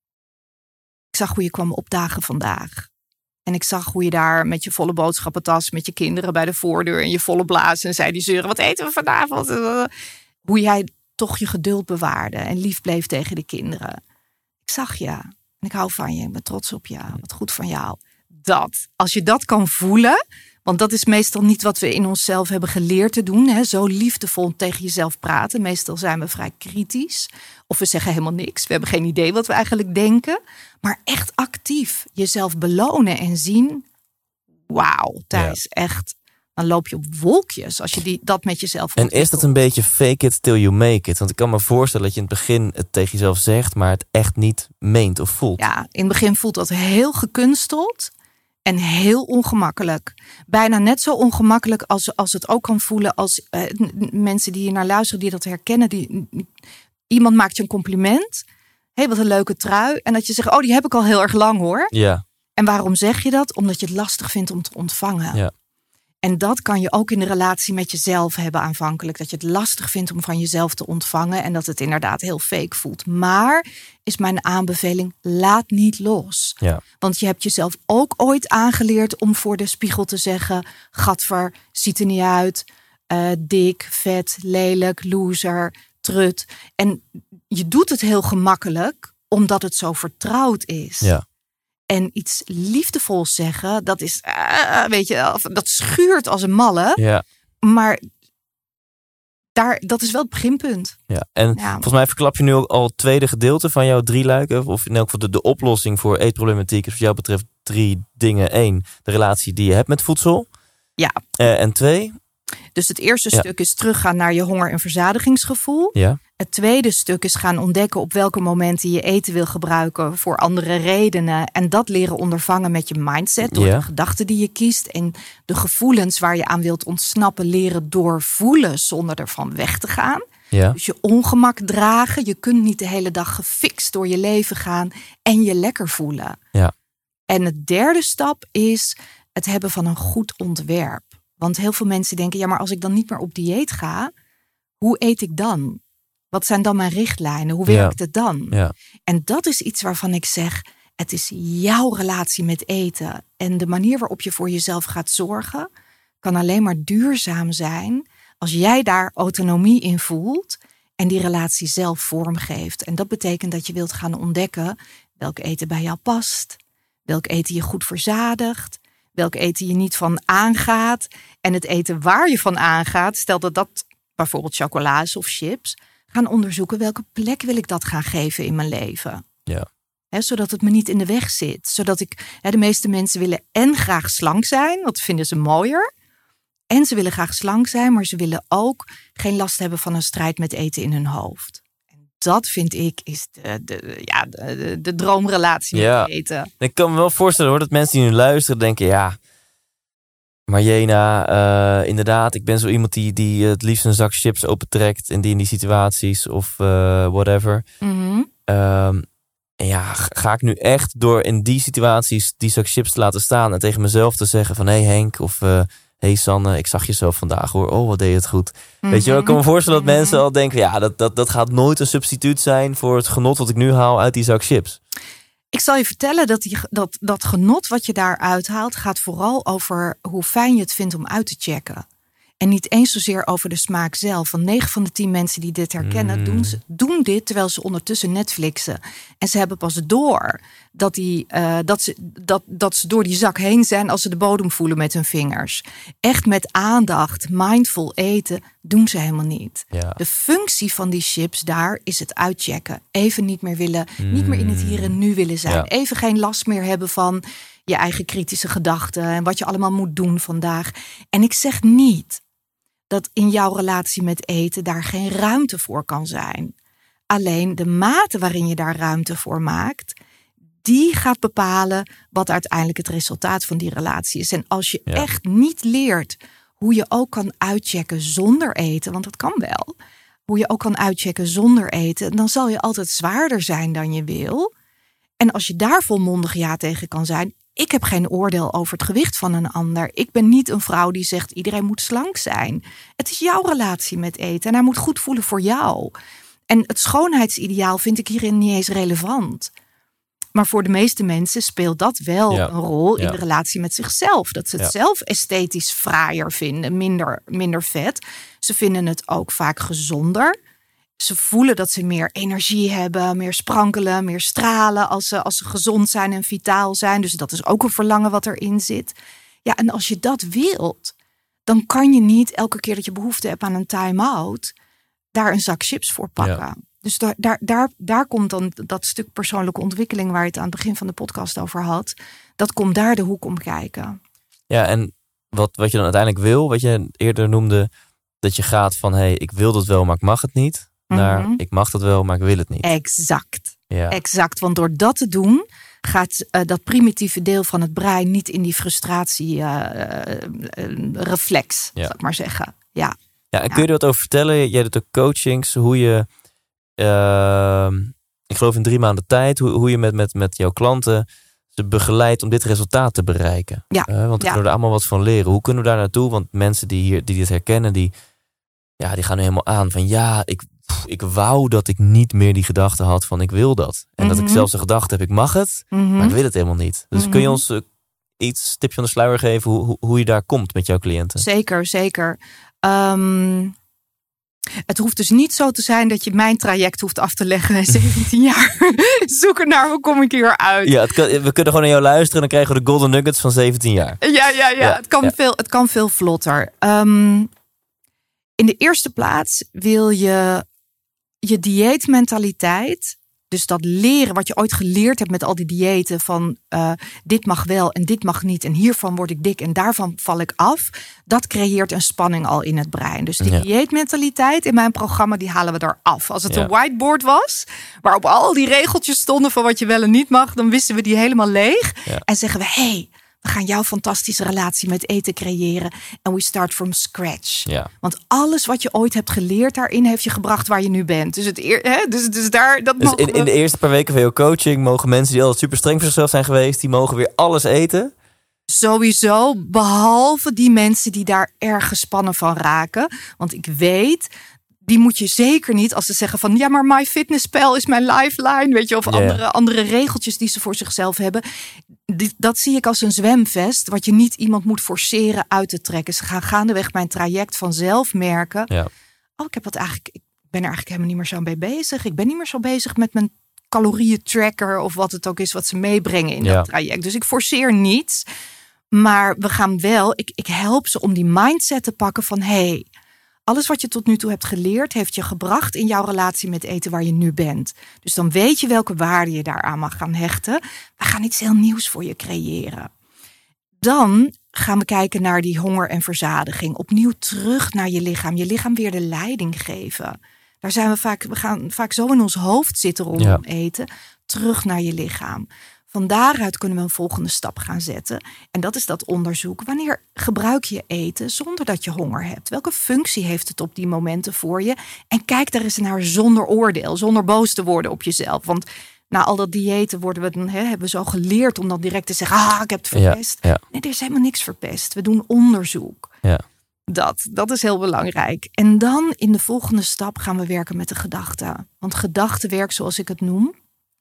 Ik zag hoe je kwam opdagen vandaag. En ik zag hoe je daar met je volle boodschappentas, met je kinderen bij de voordeur en je volle blazen en zei die zeuren, wat eten we vanavond? Hoe jij toch je geduld bewaarde en lief bleef tegen de kinderen. Ik zag je en ik hou van je, ik ben trots op je, wat goed van jou. Dat, als je dat kan voelen, want dat is meestal niet wat we in onszelf hebben geleerd te doen. Hè? Zo liefdevol tegen jezelf praten. Meestal zijn we vrij kritisch. Of we zeggen helemaal niks. We hebben geen idee wat we eigenlijk denken. Maar echt actief jezelf belonen en zien. Wauw, Thijs, ja. Echt. Dan loop je op wolkjes als je die, dat met jezelf En is dat een beetje fake it till you make it? Want ik kan me voorstellen dat je in het begin het tegen jezelf zegt, maar het echt niet meent of voelt. Ja, in het begin voelt dat heel gekunsteld. En heel ongemakkelijk. Bijna net zo ongemakkelijk als, als het ook kan voelen als uh, mensen die hier naar luisteren, die dat herkennen. Die, iemand maakt je een compliment. Hé, hey, wat een leuke trui. En dat je zegt, oh, die heb ik al heel erg lang hoor. Ja. En waarom zeg je dat? Omdat je het lastig vindt om te ontvangen. Ja. En dat kan je ook in de relatie met jezelf hebben aanvankelijk. Dat je het lastig vindt om van jezelf te ontvangen. En dat het inderdaad heel fake voelt. Maar is mijn aanbeveling, laat niet los. Ja. Want je hebt jezelf ook ooit aangeleerd om voor de spiegel te zeggen, gadver, ziet er niet uit. Uh, dik, vet, lelijk, loser, trut. En je doet het heel gemakkelijk omdat het zo vertrouwd is. Ja. En iets liefdevols zeggen, dat is, uh, weet je, dat schuurt als een malle. Ja. Maar daar, dat is wel het beginpunt. Ja. En ja. Volgens mij verklap je nu ook al het tweede gedeelte van jouw drie luiken. Of in elk geval de, de oplossing voor eetproblematiek is wat jou betreft drie dingen. Eén, de relatie die je hebt met voedsel. Ja. Uh, en twee? Dus het eerste ja. stuk is teruggaan naar je honger- en verzadigingsgevoel. Ja. Het tweede stuk is gaan ontdekken op welke momenten je eten wil gebruiken voor andere redenen. En dat leren ondervangen met je mindset. Door ja. de gedachten die je kiest. En de gevoelens waar je aan wilt ontsnappen leren doorvoelen zonder ervan weg te gaan. Ja. Dus je ongemak dragen. Je kunt niet de hele dag gefixt door je leven gaan en je lekker voelen. Ja. En de derde stap is het hebben van een goed ontwerp. Want heel veel mensen denken, ja, maar als ik dan niet meer op dieet ga, hoe eet ik dan? Wat zijn dan mijn richtlijnen? Hoe werkt ja. het dan? Ja. En dat is iets waarvan ik zeg, het is jouw relatie met eten. En de manier waarop je voor jezelf gaat zorgen, kan alleen maar duurzaam zijn als jij daar autonomie in voelt en die relatie zelf vormgeeft. En dat betekent dat je wilt gaan ontdekken welk eten bij jou past, welk eten je goed verzadigt, welk eten je niet van aangaat. En het eten waar je van aangaat, stel dat dat bijvoorbeeld chocola is of chips, gaan onderzoeken welke plek wil ik dat gaan geven in mijn leven. Ja. He, zodat het me niet in de weg zit. Zodat ik, he, de meeste mensen willen en graag slank zijn, dat vinden ze mooier. En ze willen graag slank zijn, maar ze willen ook geen last hebben van een strijd met eten in hun hoofd. En dat vind ik is de, de, ja, de, de, de droomrelatie met ja. eten. Ik kan me wel voorstellen hoor, dat mensen die nu luisteren denken, ja, Marjena, uh, inderdaad, ik ben zo iemand die, die het liefst een zak chips opentrekt in die, in die situaties of uh, whatever. Mm-hmm. Um, en ja, ga ik nu echt door in die situaties die zak chips te laten staan en tegen mezelf te zeggen van, hé hey Henk of uh, hey Sanne, ik zag je zo vandaag hoor, oh wat deed je het goed. Mm-hmm. Weet je wel, ik kan me voorstellen dat mm-hmm. mensen al denken, ja, dat, dat, dat gaat nooit een substituut zijn voor het genot wat ik nu haal uit die zak chips. Ik zal je vertellen dat, die, dat dat genot wat je daar uithaalt gaat vooral over hoe fijn je het vindt om uit te checken. En niet eens zozeer over de smaak zelf. Want negen van de tien mensen die dit herkennen, mm. doen, ze, doen dit terwijl ze ondertussen Netflixen. En ze hebben pas door dat, die, uh, dat, ze, dat, dat ze door die zak heen zijn als ze de bodem voelen met hun vingers. Echt met aandacht, mindful eten, doen ze helemaal niet. Ja. De functie van die chips daar is het uitchecken. Even niet meer willen, mm. niet meer in het hier en nu willen zijn. Ja. Even geen last meer hebben van je eigen kritische gedachten en wat je allemaal moet doen vandaag. En ik zeg niet dat in jouw relatie met eten daar geen ruimte voor kan zijn. Alleen de mate waarin je daar ruimte voor maakt, die gaat bepalen wat uiteindelijk het resultaat van die relatie is. En als je ja. echt niet leert hoe je ook kan uitchecken zonder eten, want dat kan wel, hoe je ook kan uitchecken zonder eten, dan zal je altijd zwaarder zijn dan je wil. En als je daar volmondig ja tegen kan zijn, ik heb geen oordeel over het gewicht van een ander. Ik ben niet een vrouw die zegt iedereen moet slank zijn. Het is jouw relatie met eten en hij moet goed voelen voor jou. En het schoonheidsideaal vind ik hierin niet eens relevant. Maar voor de meeste mensen speelt dat wel ja. een rol in ja. de relatie met zichzelf. Dat ze het ja. zelf esthetisch fraaier vinden, minder, minder vet. Ze vinden het ook vaak gezonder. Ze voelen dat ze meer energie hebben, meer sprankelen, meer stralen als ze, als ze gezond zijn en vitaal zijn. Dus dat is ook een verlangen wat erin zit. Ja, en als je dat wilt, dan kan je niet elke keer dat je behoefte hebt aan een time-out daar een zak chips voor pakken. Ja. Dus daar, daar, daar, daar komt dan dat stuk persoonlijke ontwikkeling waar je het aan het begin van de podcast over had. Dat komt daar de hoek om kijken. Ja, en wat, wat je dan uiteindelijk wil, wat je eerder noemde, dat je gaat van hé, hey, ik wil dat wel, maar ik mag het niet. Naar mm-hmm. ik mag dat wel, maar ik wil het niet. Exact. Ja. Exact. Want door dat te doen, gaat uh, dat primitieve deel van het brein niet in die frustratie uh, uh, reflex, ja. zal ik maar zeggen. Ja. Ja, en ja. kun je er wat over vertellen? Jij doet ook coachings, hoe je, uh, ik geloof in drie maanden tijd, hoe, hoe je met, met, met jouw klanten ze begeleidt om dit resultaat te bereiken. Ja. Uh, want we ja. kunnen er allemaal wat van leren. Hoe kunnen we daar naartoe? Want mensen die hier die dit herkennen, die, ja, die gaan nu helemaal aan van ja, ik, pff, ik wou dat ik niet meer die gedachte had van ik wil dat. En mm-hmm. dat ik zelfs de gedachte heb, ik mag het, mm-hmm. maar ik wil het helemaal niet. Dus mm-hmm. kun je ons uh, iets, tipje van de sluier geven hoe, hoe, hoe je daar komt met jouw cliënten? Zeker, zeker. Um, het hoeft dus niet zo te zijn dat je mijn traject hoeft af te leggen in zeventien jaar. Zoek er naar, hoe kom ik hier uit? Ja, het kan, we kunnen gewoon naar jou luisteren en dan krijgen we de golden nuggets van zeventien jaar. Ja, ja, ja. ja. Het, kan ja. Veel, het kan veel vlotter. Um, in de eerste plaats wil je je dieetmentaliteit, dus dat leren wat je ooit geleerd hebt met al die diëten van uh, dit mag wel en dit mag niet en hiervan word ik dik en daarvan val ik af. Dat creëert een spanning al in het brein. Dus die ja. dieetmentaliteit in mijn programma, die halen we eraf. Als het ja. een whiteboard was, waarop al die regeltjes stonden van wat je wel en niet mag, dan wisten we die helemaal leeg. Ja. En zeggen we, hé, hey, we gaan jouw fantastische relatie met eten creëren. En we start from scratch. Ja. Want alles wat je ooit hebt geleerd daarin heeft je gebracht waar je nu bent. Dus, het eer, hè? dus, dus daar... Dat dus in, in de eerste paar weken van jouw coaching mogen mensen die altijd super streng voor zichzelf zijn geweest, die mogen weer alles eten? Sowieso, behalve die mensen die daar erg gespannen van raken. Want ik weet, die moet je zeker niet als ze zeggen van ja, maar MyFitnessPal is mijn lifeline, weet je, of yeah. andere, andere regeltjes die ze voor zichzelf hebben. Dat zie ik als een zwemvest, wat je niet iemand moet forceren uit te trekken. Ze gaan gaandeweg mijn traject vanzelf merken. Ja. Oh, ik heb wat eigenlijk, ik ben er eigenlijk helemaal niet meer zo mee bezig. Ik ben niet meer zo bezig met mijn calorieën tracker of wat het ook is wat ze meebrengen in ja. dat traject. Dus ik forceer niets. Maar we gaan wel, ik, ik help ze om die mindset te pakken van hey, alles wat je tot nu toe hebt geleerd, heeft je gebracht in jouw relatie met eten waar je nu bent. Dus dan weet je welke waarde je daaraan mag gaan hechten. We gaan iets heel nieuws voor je creëren. Dan gaan we kijken naar die honger en verzadiging. Opnieuw terug naar je lichaam. Je lichaam weer de leiding geven. Daar zijn we vaak, we gaan vaak zo in ons hoofd zitten rondom ja. eten. Terug naar je lichaam. Van daaruit kunnen we een volgende stap gaan zetten. En dat is dat onderzoek. Wanneer gebruik je eten zonder dat je honger hebt? Welke functie heeft het op die momenten voor je? En kijk daar eens naar zonder oordeel. Zonder boos te worden op jezelf. Want na al dat diëten worden we dan, he, hebben we zo geleerd om dan direct te zeggen, ah, ik heb het verpest. Ja, ja. Nee, er is helemaal niks verpest. We doen onderzoek. Ja. Dat, dat is heel belangrijk. En dan in de volgende stap gaan we werken met de gedachten. Want gedachtenwerk, zoals ik het noem,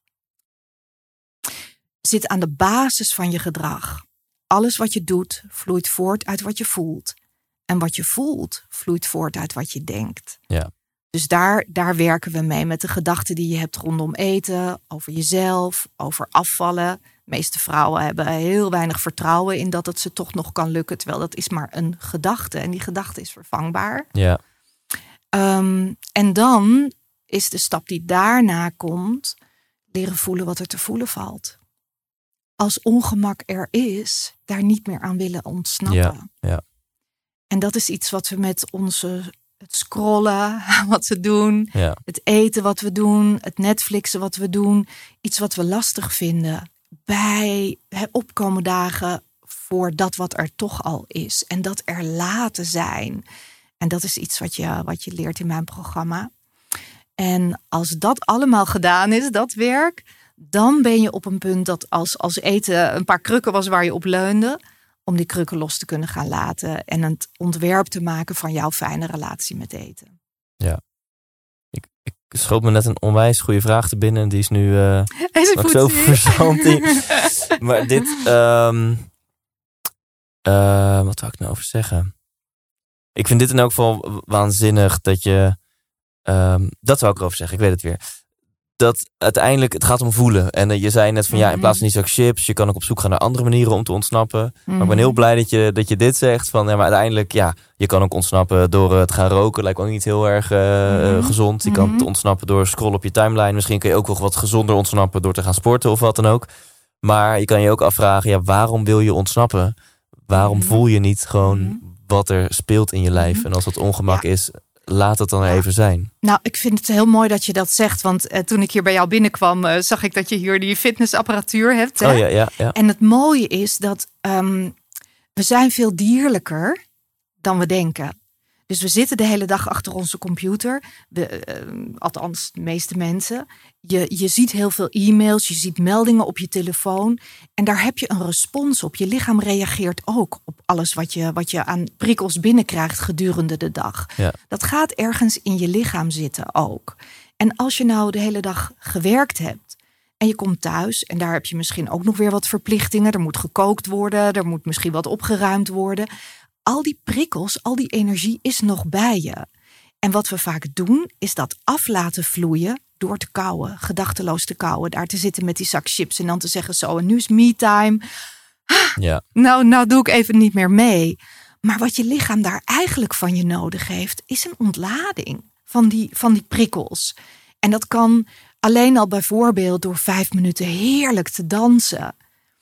zit aan de basis van je gedrag. Alles wat je doet, vloeit voort uit wat je voelt. En wat je voelt, vloeit voort uit wat je denkt. Ja. Dus daar, daar werken we mee met de gedachten die je hebt rondom eten, over jezelf, over afvallen. De meeste vrouwen hebben heel weinig vertrouwen in dat het ze toch nog kan lukken. Terwijl dat is maar een gedachte. En die gedachte is vervangbaar. Ja. Um, en dan is de stap die daarna komt, leren voelen wat er te voelen valt. Als ongemak er is, daar niet meer aan willen ontsnappen. Ja, ja. En dat is iets wat we met onze, het scrollen wat we doen, ja. het eten wat we doen, het Netflixen wat we doen, iets wat we lastig vinden bij opkomen dagen voor dat wat er toch al is. En dat er laten zijn. En dat is iets wat je, wat je leert in mijn programma. En als dat allemaal gedaan is, dat werk, dan ben je op een punt dat als, als eten een paar krukken was waar je op leunde, om die krukken los te kunnen gaan laten en het ontwerp te maken van jouw fijne relatie met eten. Ja. Ik, ik schoot me net een onwijs goede vraag te binnen en die is nu uh, nog zo verzand in. Maar dit, um, uh, wat wou ik nou over zeggen? Ik vind dit in elk geval waanzinnig dat je, um, dat wou ik erover zeggen, ik weet het weer. Dat uiteindelijk, het gaat om voelen. En uh, je zei net van ja, in plaats van die zak chips, je kan ook op zoek gaan naar andere manieren om te ontsnappen. Mm-hmm. Maar ik ben heel blij dat je, dat je dit zegt. Van ja, maar uiteindelijk, ja, je kan ook ontsnappen door uh, te gaan roken. Lijkt me ook niet heel erg uh, mm-hmm. gezond. Je mm-hmm. kan ontsnappen door scrollen op je timeline. Misschien kun je ook nog wat gezonder ontsnappen door te gaan sporten of wat dan ook. Maar je kan je ook afvragen, ja, waarom wil je ontsnappen? Waarom mm-hmm. voel je niet gewoon mm-hmm. wat er speelt in je lijf? Mm-hmm. En als dat ongemak ja. is, laat het dan even zijn. Nou, ik vind het heel mooi dat je dat zegt. Want uh, toen ik hier bij jou binnenkwam, uh, zag ik dat je hier die fitnessapparatuur hebt. Hè? Oh, ja, ja, ja. En het mooie is dat um, we zijn veel dierlijker dan we denken. Dus we zitten de hele dag achter onze computer. We, uh, althans, de meeste mensen. Je, je ziet heel veel e-mails, je ziet meldingen op je telefoon. En daar heb je een respons op. Je lichaam reageert ook op alles wat je, wat je aan prikkels binnenkrijgt gedurende de dag. Ja. Dat gaat ergens in je lichaam zitten ook. En als je nou de hele dag gewerkt hebt en je komt thuis en daar heb je misschien ook nog weer wat verplichtingen. Er moet gekookt worden, er moet misschien wat opgeruimd worden. Al die prikkels, al die energie is nog bij je. En wat we vaak doen, is dat af laten vloeien door te kauwen, gedachteloos te kauwen, daar te zitten met die zak chips en dan te zeggen zo, en nu is me time. Ja. Nou, nou doe ik even niet meer mee. Maar wat je lichaam daar eigenlijk van je nodig heeft, is een ontlading van die, van die prikkels. En dat kan alleen al bijvoorbeeld door vijf minuten heerlijk te dansen.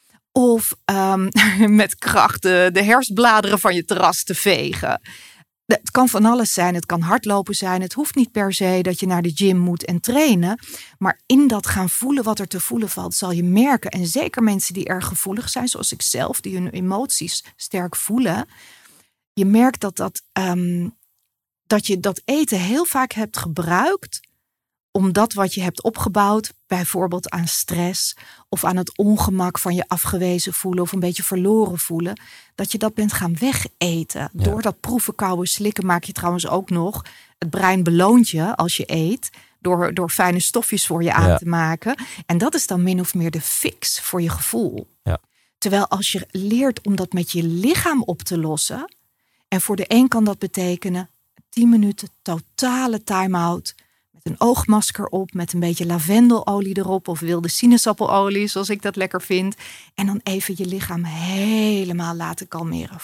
Of um, met kracht de, de herfstbladeren van je terras te vegen. Het kan van alles zijn. Het kan hardlopen zijn. Het hoeft niet per se dat je naar de gym moet en trainen. Maar in dat gaan voelen wat er te voelen valt, zal je merken. En zeker mensen die erg gevoelig zijn, zoals ik zelf, die hun emoties sterk voelen. Je merkt dat, dat, um, dat je dat eten heel vaak hebt gebruikt om dat wat je hebt opgebouwd, bijvoorbeeld aan stress of aan het ongemak van je afgewezen voelen of een beetje verloren voelen, dat je dat bent gaan wegeten. Ja. Door dat proeven, kauwen, slikken maak je trouwens ook nog. Het brein beloont je als je eet door, door fijne stofjes voor je aan ja. te maken. En dat is dan min of meer de fix voor je gevoel. Ja. Terwijl als je leert om dat met je lichaam op te lossen, en voor de een kan dat betekenen tien minuten totale time-out, met een oogmasker op, met een beetje lavendelolie erop of wilde sinaasappelelie, zoals ik dat lekker vind. En dan even je lichaam helemaal laten kalmeren.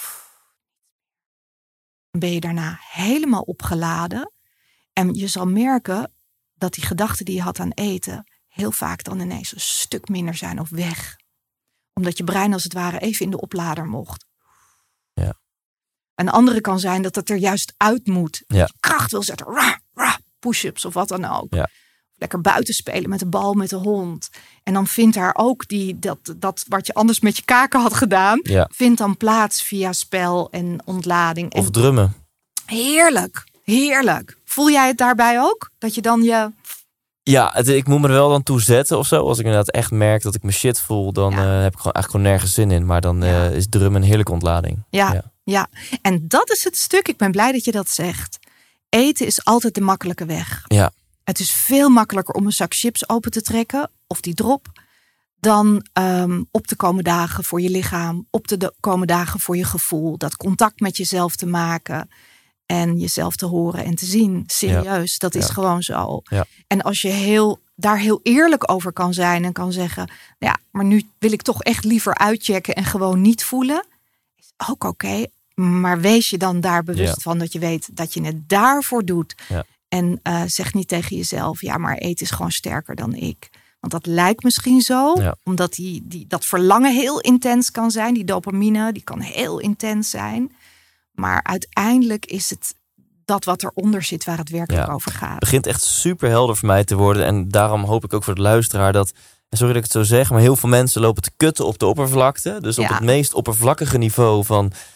Dan ben je daarna helemaal opgeladen. En je zal merken dat die gedachten die je had aan eten heel vaak dan ineens een stuk minder zijn of weg. Omdat je brein als het ware even in de oplader mocht. Ja. Een andere kan zijn dat het er juist uit moet. Ja. Dat je kracht wil zetten. Rah, rah, push-ups of wat dan ook. Ja. Lekker buiten spelen met de bal, met de hond. En dan vindt daar ook die, dat, dat wat je anders met je kaken had gedaan, ja. vindt dan plaats via spel en ontlading. Of en drummen. Heerlijk, heerlijk. Voel jij het daarbij ook? Dat je dan je... Ja, het, ik moet me er wel dan toe zetten of zo. Als ik inderdaad echt merk dat ik me shit voel, dan ja. uh, heb ik gewoon eigenlijk gewoon nergens zin in. Maar dan uh, ja. is drummen een heerlijke ontlading. Ja, ja, ja. En dat is het stuk. Ik ben blij dat je dat zegt. Eten is altijd de makkelijke weg. Ja. Het is veel makkelijker om een zak chips open te trekken, of die drop, dan um, op te komen dagen voor je lichaam, op te komen dagen voor je gevoel. Dat contact met jezelf te maken en jezelf te horen en te zien. Serieus, ja. dat is ja. gewoon zo. Ja. En als je heel, daar heel eerlijk over kan zijn en kan zeggen, ja, maar nu wil ik toch echt liever uitchecken en gewoon niet voelen, is ook oké. Okay. Maar wees je dan daar bewust ja. van dat je weet dat je het daarvoor doet. Ja. En uh, zeg niet tegen jezelf, ja, maar eten is gewoon sterker dan ik. Want dat lijkt misschien zo, ja. omdat die, die, dat verlangen heel intens kan zijn. Die dopamine, die kan heel intens zijn. Maar uiteindelijk is het dat wat eronder zit waar het werkelijk ja. over gaat. Het begint echt super helder voor mij te worden. En daarom hoop ik ook voor de luisteraar dat, en sorry dat ik het zo zeg, maar heel veel mensen lopen te kutten op de oppervlakte. Dus ja. op het meest oppervlakkige niveau van,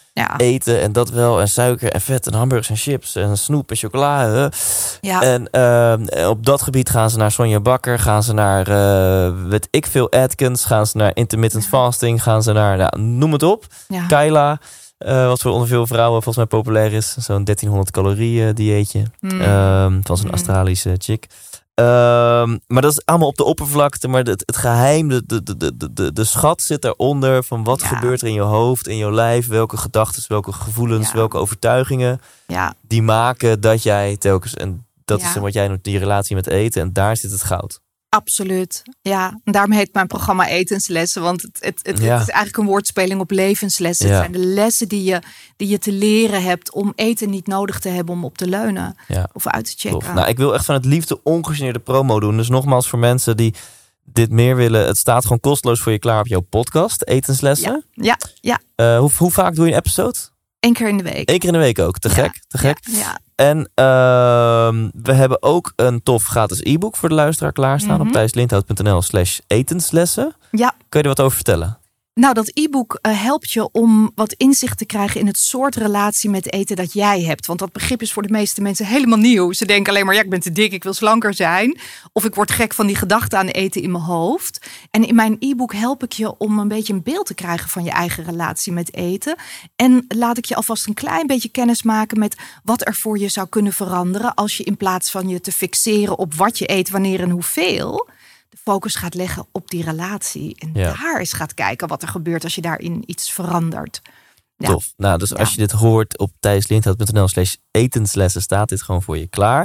Ja. eten en dat wel. En suiker en vet en hamburgers en chips en snoep en chocola. Hè. Ja. En uh, op dat gebied gaan ze naar Sonja Bakker. Gaan ze naar, uh, weet ik veel, Atkins. Gaan ze naar intermittent Ja. fasting. Gaan ze naar, nou, noem het op. Ja. Kyla. Uh, wat voor onder veel vrouwen volgens mij populair is. Zo'n dertienhonderd calorieën dieetje. Mm. Um, van zo'n Mm. Australische chick. Um, maar dat is allemaal op de oppervlakte. Maar het, het geheim, de, de, de, de, de, de schat zit daaronder. Van wat Ja. gebeurt er in je hoofd, in je lijf. Welke gedachten, welke gevoelens, Ja. welke overtuigingen. Ja. Die maken dat jij telkens... En dat Ja. is wat jij noemt, die relatie met eten. En daar zit het goud. Absoluut. Ja, en daarom heet mijn programma Etenslessen. Want het, het, het, Ja. het is eigenlijk een woordspeling op levenslessen. Ja. Het zijn de lessen die je, die je te leren hebt om eten niet nodig te hebben om op te leunen. Ja. Of uit te checken. Tof. Nou, ik wil echt van het liefde ongegeneerde promo doen. Dus nogmaals voor mensen die dit meer willen. Het staat gewoon kosteloos voor je klaar op jouw podcast. Etenslessen. Ja, ja. Uh, hoe, hoe vaak doe je een episode? Eén keer in de week. Eén keer in de week ook. Te Ja. gek, te gek. Ja, ja. En uh, we hebben ook een tof gratis e-book voor de luisteraar klaarstaan. Mm-hmm. Op thijslindhout.nl slash etenslessen. Ja. Kun je er wat over vertellen? Nou, dat e-book uh, helpt je om wat inzicht te krijgen in het soort relatie met eten dat jij hebt. Want dat begrip is voor de meeste mensen helemaal nieuw. Ze denken alleen maar, ja, ik ben te dik, ik wil slanker zijn. Of ik word gek van die gedachte aan eten in mijn hoofd. En in mijn e-book help ik je om een beetje een beeld te krijgen van je eigen relatie met eten. En laat ik je alvast een klein beetje kennis maken met wat er voor je zou kunnen veranderen als je in plaats van je te fixeren op wat je eet, wanneer en hoeveel, de focus gaat leggen op die relatie. En Ja. daar eens gaat kijken wat er gebeurt als je daarin iets verandert. Ja. Tof. Nou, dus Ja. als je dit hoort op thijslindhout.nl slash etenslessen staat dit gewoon voor je klaar.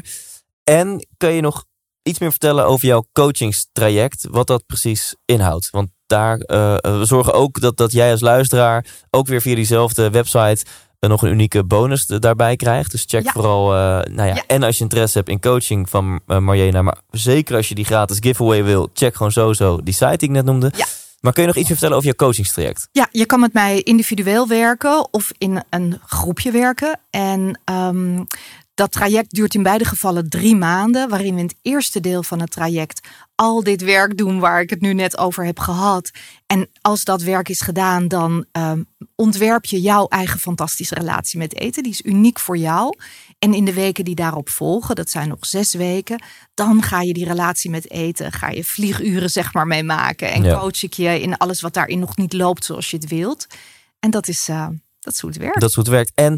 En kun je nog iets meer vertellen over jouw coachingstraject, wat dat precies inhoudt? Want daar uh, we zorgen ook dat, dat jij als luisteraar ook weer via diezelfde website uh, nog een unieke bonus de, daarbij krijgt. Dus check Ja. vooral, uh, nou ja, Ja. en als je interesse hebt in coaching van uh, Marjena, maar zeker als je die gratis giveaway wil, check gewoon sowieso die site die ik net noemde. Ja. Maar kun je nog iets meer vertellen over je coachingstraject? Ja, je kan met mij individueel werken of in een groepje werken. En um, dat traject duurt in beide gevallen drie maanden, waarin we in het eerste deel van het traject al dit werk doen waar ik het nu net over heb gehad. En als dat werk is gedaan, dan um, ontwerp je jouw eigen fantastische relatie met eten. Die is uniek voor jou. En in de weken die daarop volgen, dat zijn nog zes weken, dan ga je die relatie met eten, ga je vlieguren zeg maar mee maken. En Ja. coach ik je in alles wat daarin nog niet loopt zoals je het wilt. En dat is, uh, dat is hoe het werkt. Dat is hoe het werkt. En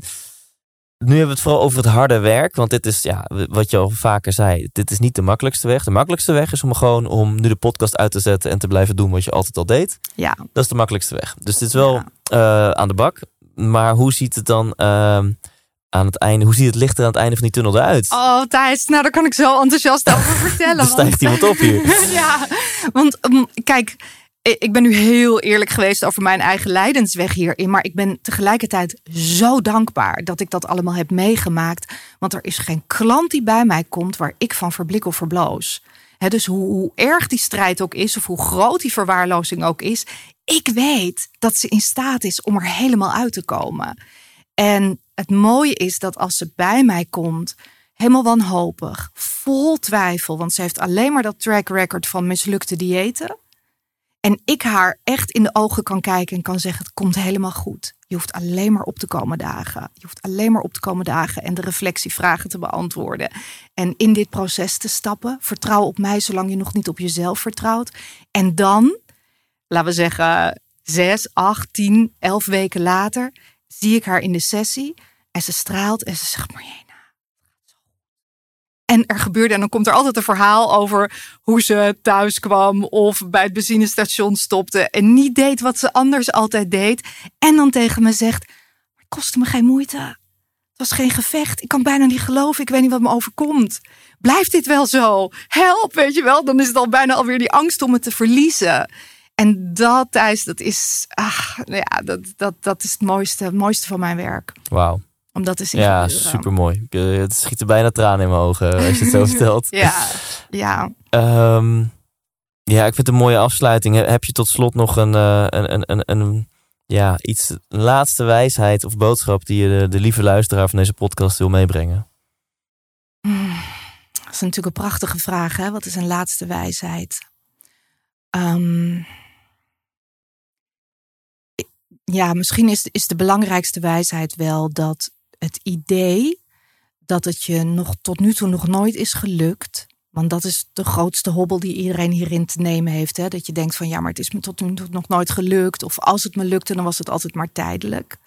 nu hebben we het vooral over het harde werk. Want dit is, ja, wat je al vaker zei, dit is niet de makkelijkste weg. De makkelijkste weg is om gewoon om nu de podcast uit te zetten en te blijven doen wat je altijd al deed. Ja. Dat is de makkelijkste weg. Dus dit is wel Ja. uh, aan de bak. Maar hoe ziet het dan uh, aan het einde, hoe ziet het licht er aan het einde van die tunnel eruit? Oh, Thijs, nou daar kan ik zo enthousiast over vertellen. Er stijgt iemand op hier. Ja, want um, kijk, ik ben nu heel eerlijk geweest over mijn eigen lijdensweg hierin. Maar ik ben tegelijkertijd zo dankbaar dat ik dat allemaal heb meegemaakt. Want er is geen klant die bij mij komt waar ik van verblik of verbloos. He, dus hoe, hoe erg die strijd ook is of hoe groot die verwaarlozing ook is. Ik weet dat ze in staat is om er helemaal uit te komen. En het mooie is dat als ze bij mij komt, helemaal wanhopig, vol twijfel. Want ze heeft alleen maar dat track record van mislukte diëten. En ik haar echt in de ogen kan kijken en kan zeggen, het komt helemaal goed. Je hoeft alleen maar op te komen dagen. Je hoeft alleen maar op te komen dagen en de reflectievragen te beantwoorden. En in dit proces te stappen. Vertrouw op mij zolang je nog niet op jezelf vertrouwt. En dan, laten we zeggen, zes, acht, tien, elf weken later, zie ik haar in de sessie. En ze straalt en ze zegt, Marjena. En er gebeurde, en dan komt er altijd een verhaal over hoe ze thuis kwam of bij het benzinestation stopte en niet deed wat ze anders altijd deed. En dan tegen me zegt, het kostte me geen moeite. Het was geen gevecht. Ik kan bijna niet geloven. Ik weet niet wat me overkomt. Blijft dit wel zo? Help, weet je wel. Dan is het al bijna alweer die angst om het te verliezen. En dat, Thijs, dat is, ach, ja, dat, dat, dat is het mooiste, het mooiste van mijn werk. Wauw. Om dat te zien Ja, gebeuren. supermooi. Het schieten bijna tranen in mijn ogen als je het zo vertelt. Ja, ja. Um, ja, ik vind het een mooie afsluiting. Heb je tot slot nog een, uh, een, een, een, een, ja, iets, een laatste wijsheid of boodschap die je de, de lieve luisteraar van deze podcast wil meebrengen? Hmm, dat is natuurlijk een prachtige vraag, hè? Wat is een laatste wijsheid? Um, ja, misschien is, is de belangrijkste wijsheid wel dat het idee dat het je nog tot nu toe nog nooit is gelukt. Want dat is de grootste hobbel die iedereen hierin te nemen heeft. Hè? Dat je denkt van ja, maar het is me tot nu toe nog nooit gelukt. Of als het me lukte, dan was het altijd maar tijdelijk.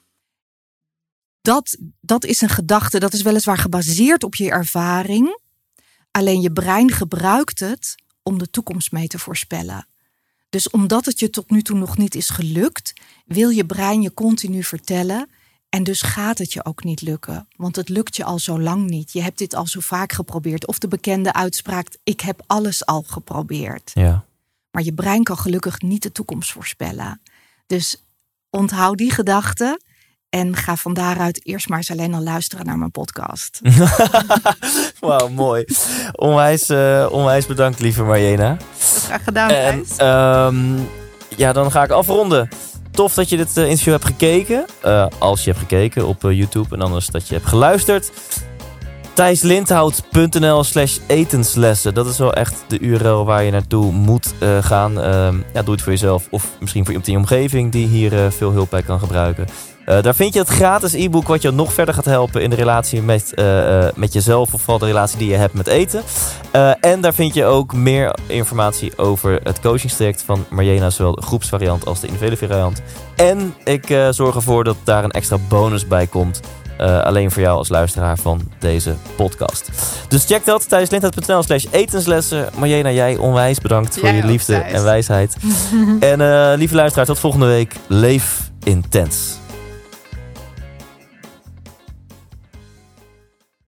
Dat, dat is een gedachte, dat is weliswaar gebaseerd op je ervaring. Alleen je brein gebruikt het om de toekomst mee te voorspellen. Dus omdat het je tot nu toe nog niet is gelukt, wil je brein je continu vertellen. En dus gaat het je ook niet lukken. Want het lukt je al zo lang niet. Je hebt dit al zo vaak geprobeerd. Of de bekende uitspraak, ik heb alles al geprobeerd. Ja. Maar je brein kan gelukkig niet de toekomst voorspellen. Dus onthoud die gedachte. En ga van daaruit eerst maar eens alleen al luisteren naar mijn podcast. Wauw, mooi. Onwijs, uh, onwijs bedankt, lieve Marjena. Graag gedaan, en, um, ja, dan ga ik afronden. Tof dat je dit uh, interview hebt gekeken. Uh, als je hebt gekeken op uh, YouTube. En anders dat je hebt geluisterd. thijslindhout.nl slash etenslessen. Dat is wel echt de U R L waar je naartoe moet uh, gaan. Uh, ja, doe het voor jezelf. Of misschien voor iemand in je omgeving die hier uh, veel hulp bij kan gebruiken. Uh, daar vind je het gratis e-book wat je nog verder gaat helpen in de relatie met, uh, uh, met jezelf. Of vooral de relatie die je hebt met eten. Uh, en daar vind je ook meer informatie over het coachingstraject van Marjena. Zowel de groepsvariant als de individuele variant. En ik uh, zorg ervoor dat daar een extra bonus bij komt. Uh, alleen voor jou als luisteraar van deze podcast. Dus check dat. thijslindhout.nl slash etenslessen. Marjena, jij onwijs bedankt voor jij je liefde ook, en wijsheid. En uh, lieve luisteraar, tot volgende week. Leef intens.